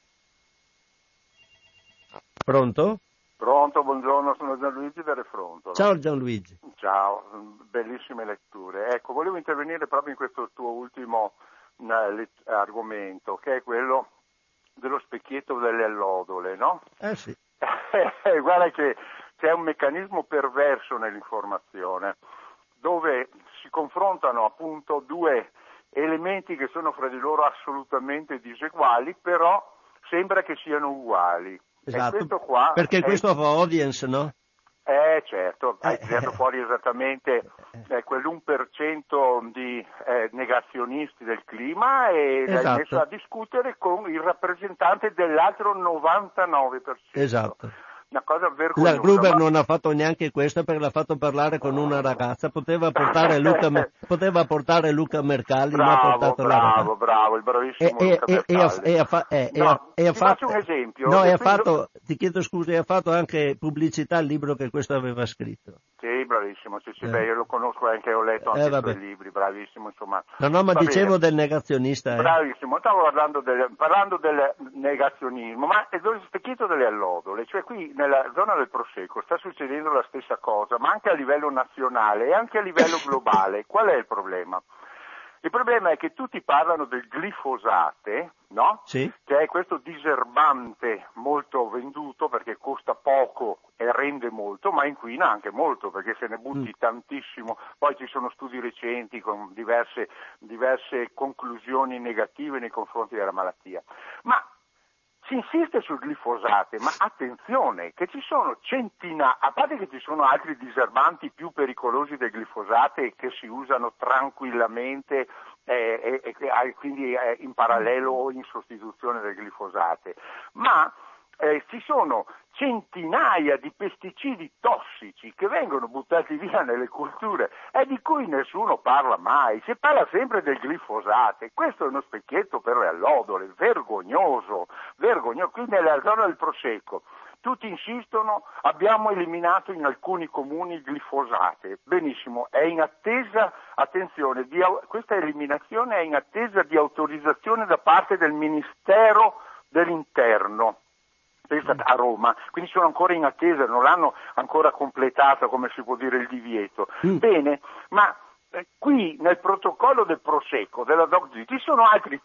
Pronto? Pronto, buongiorno, sono Gianluigi da Refronto. Ciao Gianluigi. Ciao, bellissime letture. Ecco, volevo intervenire proprio in questo tuo ultimo argomento, che è quello dello specchietto delle allodole, no? Sì. Guarda che c'è un meccanismo perverso nell'informazione, dove si confrontano appunto due elementi che sono fra di loro assolutamente diseguali, però sembra che siano uguali. Esatto, e questo qua perché questo fa audience, no? Certo, hai tirato fuori esattamente quell'1% di negazionisti del clima e esatto. l'hai messo a discutere con il rappresentante dell'altro 99%. Esatto. Una cosa vergognosa. La Gruber non ha fatto neanche questo perché l'ha fatto parlare con una ragazza, poteva portare Luca Mercalli, bravo, il bravissimo Luca Mercalli. Ti faccio un esempio. No, ti chiedo scusa, e ha fatto anche pubblicità al libro che questo aveva scritto. Sì, bravissimo, beh, io lo conosco anche, ho letto anche i suoi libri, bravissimo, insomma. No, ma dicevo del negazionista. Bravissimo, stavo parlando del negazionismo, ma è lo specchietto delle allodole, cioè qui nella zona del Prosecco sta succedendo la stessa cosa, ma anche a livello nazionale e anche a livello globale. Qual è il problema? Il problema è che tutti parlano del glifosate, no? Sì. Che è questo diserbante molto venduto perché costa poco e rende molto, ma inquina anche molto perché se ne butti tantissimo. Poi ci sono studi recenti con diverse conclusioni negative nei confronti della malattia. Ma si insiste sul glifosate, ma attenzione che ci sono a parte che ci sono altri diserbanti più pericolosi del glifosate che si usano tranquillamente e quindi in parallelo o in sostituzione del glifosate, ma ci sono centinaia di pesticidi tossici che vengono buttati via nelle culture e di cui nessuno parla mai, si parla sempre del glifosate. Questo è uno specchietto per le allodole, vergognoso. Qui nella zona del Prosecco tutti insistono, abbiamo eliminato in alcuni comuni il glifosate, benissimo, è in attesa, attenzione, questa eliminazione è in attesa di autorizzazione da parte del Ministero dell'Interno a Roma, quindi sono ancora in attesa, non l'hanno ancora completato, come si può dire, il divieto. Bene, ma qui nel protocollo del Prosecco, della DOCG, ci sono altri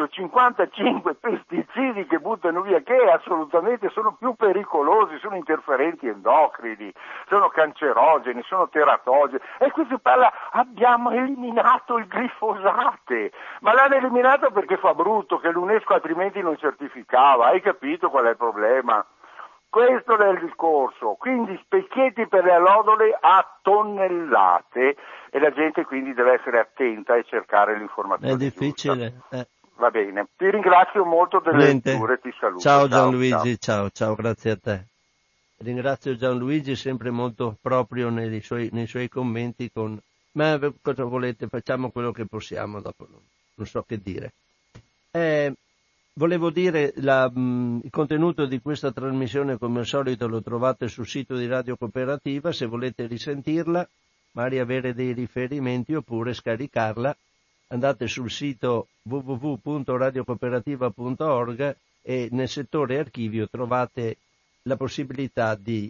155 pesticidi che buttano via, che assolutamente sono più pericolosi, sono interferenti endocrini, sono cancerogeni, sono teratogeni, e qui si parla, abbiamo eliminato il glifosate, ma l'hanno eliminato perché fa brutto, che l'UNESCO altrimenti non certificava, hai capito qual è il problema? Questo è il discorso, quindi specchietti per le allodole a tonnellate e la gente quindi deve essere attenta e cercare l'informazione. È difficile. Va bene, ti ringrazio molto delle letture, ti saluto. Ciao Gianluigi, ciao, grazie a te. Ringrazio Gianluigi, sempre molto proprio nei suoi commenti ma cosa volete, facciamo quello che possiamo, dopo non so che dire. Volevo dire, il contenuto di questa trasmissione come al solito lo trovate sul sito di Radio Cooperativa, se volete risentirla, magari avere dei riferimenti oppure scaricarla, andate sul sito www.radiocooperativa.org e nel settore archivio trovate la possibilità di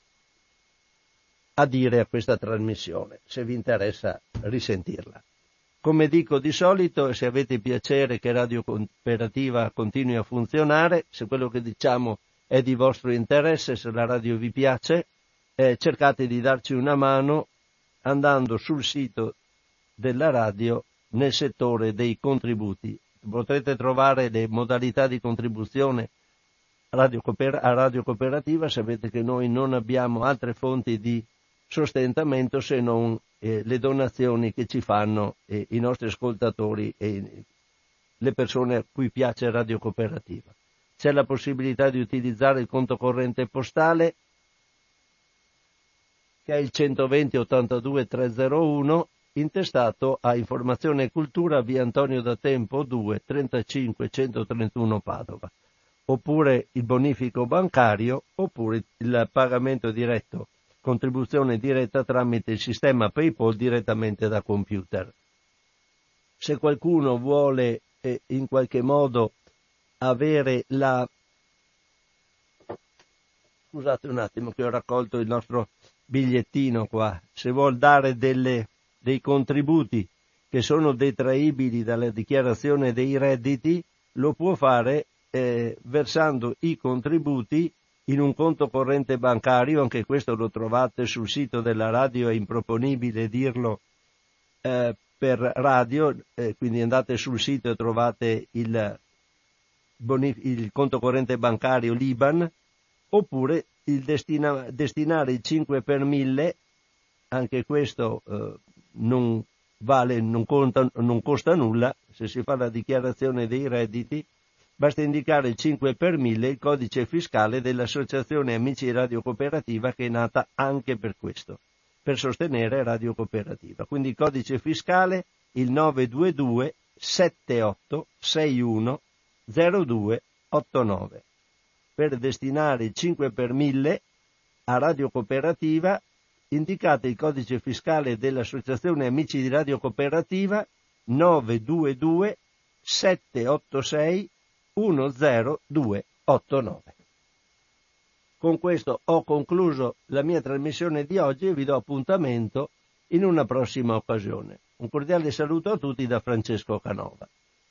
adire a questa trasmissione, se vi interessa risentirla. Come dico di solito, se avete piacere che Radio Cooperativa continui a funzionare, se quello che diciamo è di vostro interesse, se la radio vi piace, cercate di darci una mano andando sul sito della radio nel settore dei contributi. Potrete trovare le modalità di contribuzione a Radio Cooperativa. Sapete che noi non abbiamo altre fonti di sostentamento se non le donazioni che ci fanno i nostri ascoltatori e le persone a cui piace Radio Cooperativa. C'è la possibilità di utilizzare il conto corrente postale, che è il 120 82 301, intestato a Informazione e Cultura, via Antonio da Tempo 2 35 131 Padova, oppure il bonifico bancario, oppure il pagamento diretto, contribuzione diretta tramite il sistema PayPal direttamente da computer. Se qualcuno vuole in qualche modo avere scusate un attimo che ho raccolto il nostro bigliettino qua, se vuol dare dei contributi che sono detraibili dalla dichiarazione dei redditi, lo può fare versando i contributi in un conto corrente bancario. Anche questo lo trovate sul sito della radio, è improponibile dirlo per radio, quindi andate sul sito e trovate il conto corrente bancario Liban, oppure il destinare il 5 per 1000, anche questo non costa nulla. Se si fa la dichiarazione dei redditi basta indicare il 5 per 1000, il codice fiscale dell'Associazione Amici Radio Cooperativa, che è nata anche per questo, per sostenere Radio Cooperativa. Quindi il codice fiscale il 922 78 61 0289. Per destinare il 5 per 1000 a Radio Cooperativa indicate il codice fiscale dell'Associazione Amici di Radio Cooperativa 922 786 10289. Con questo ho concluso la mia trasmissione di oggi e vi do appuntamento in una prossima occasione. Un cordiale saluto a tutti da Francesco Canova.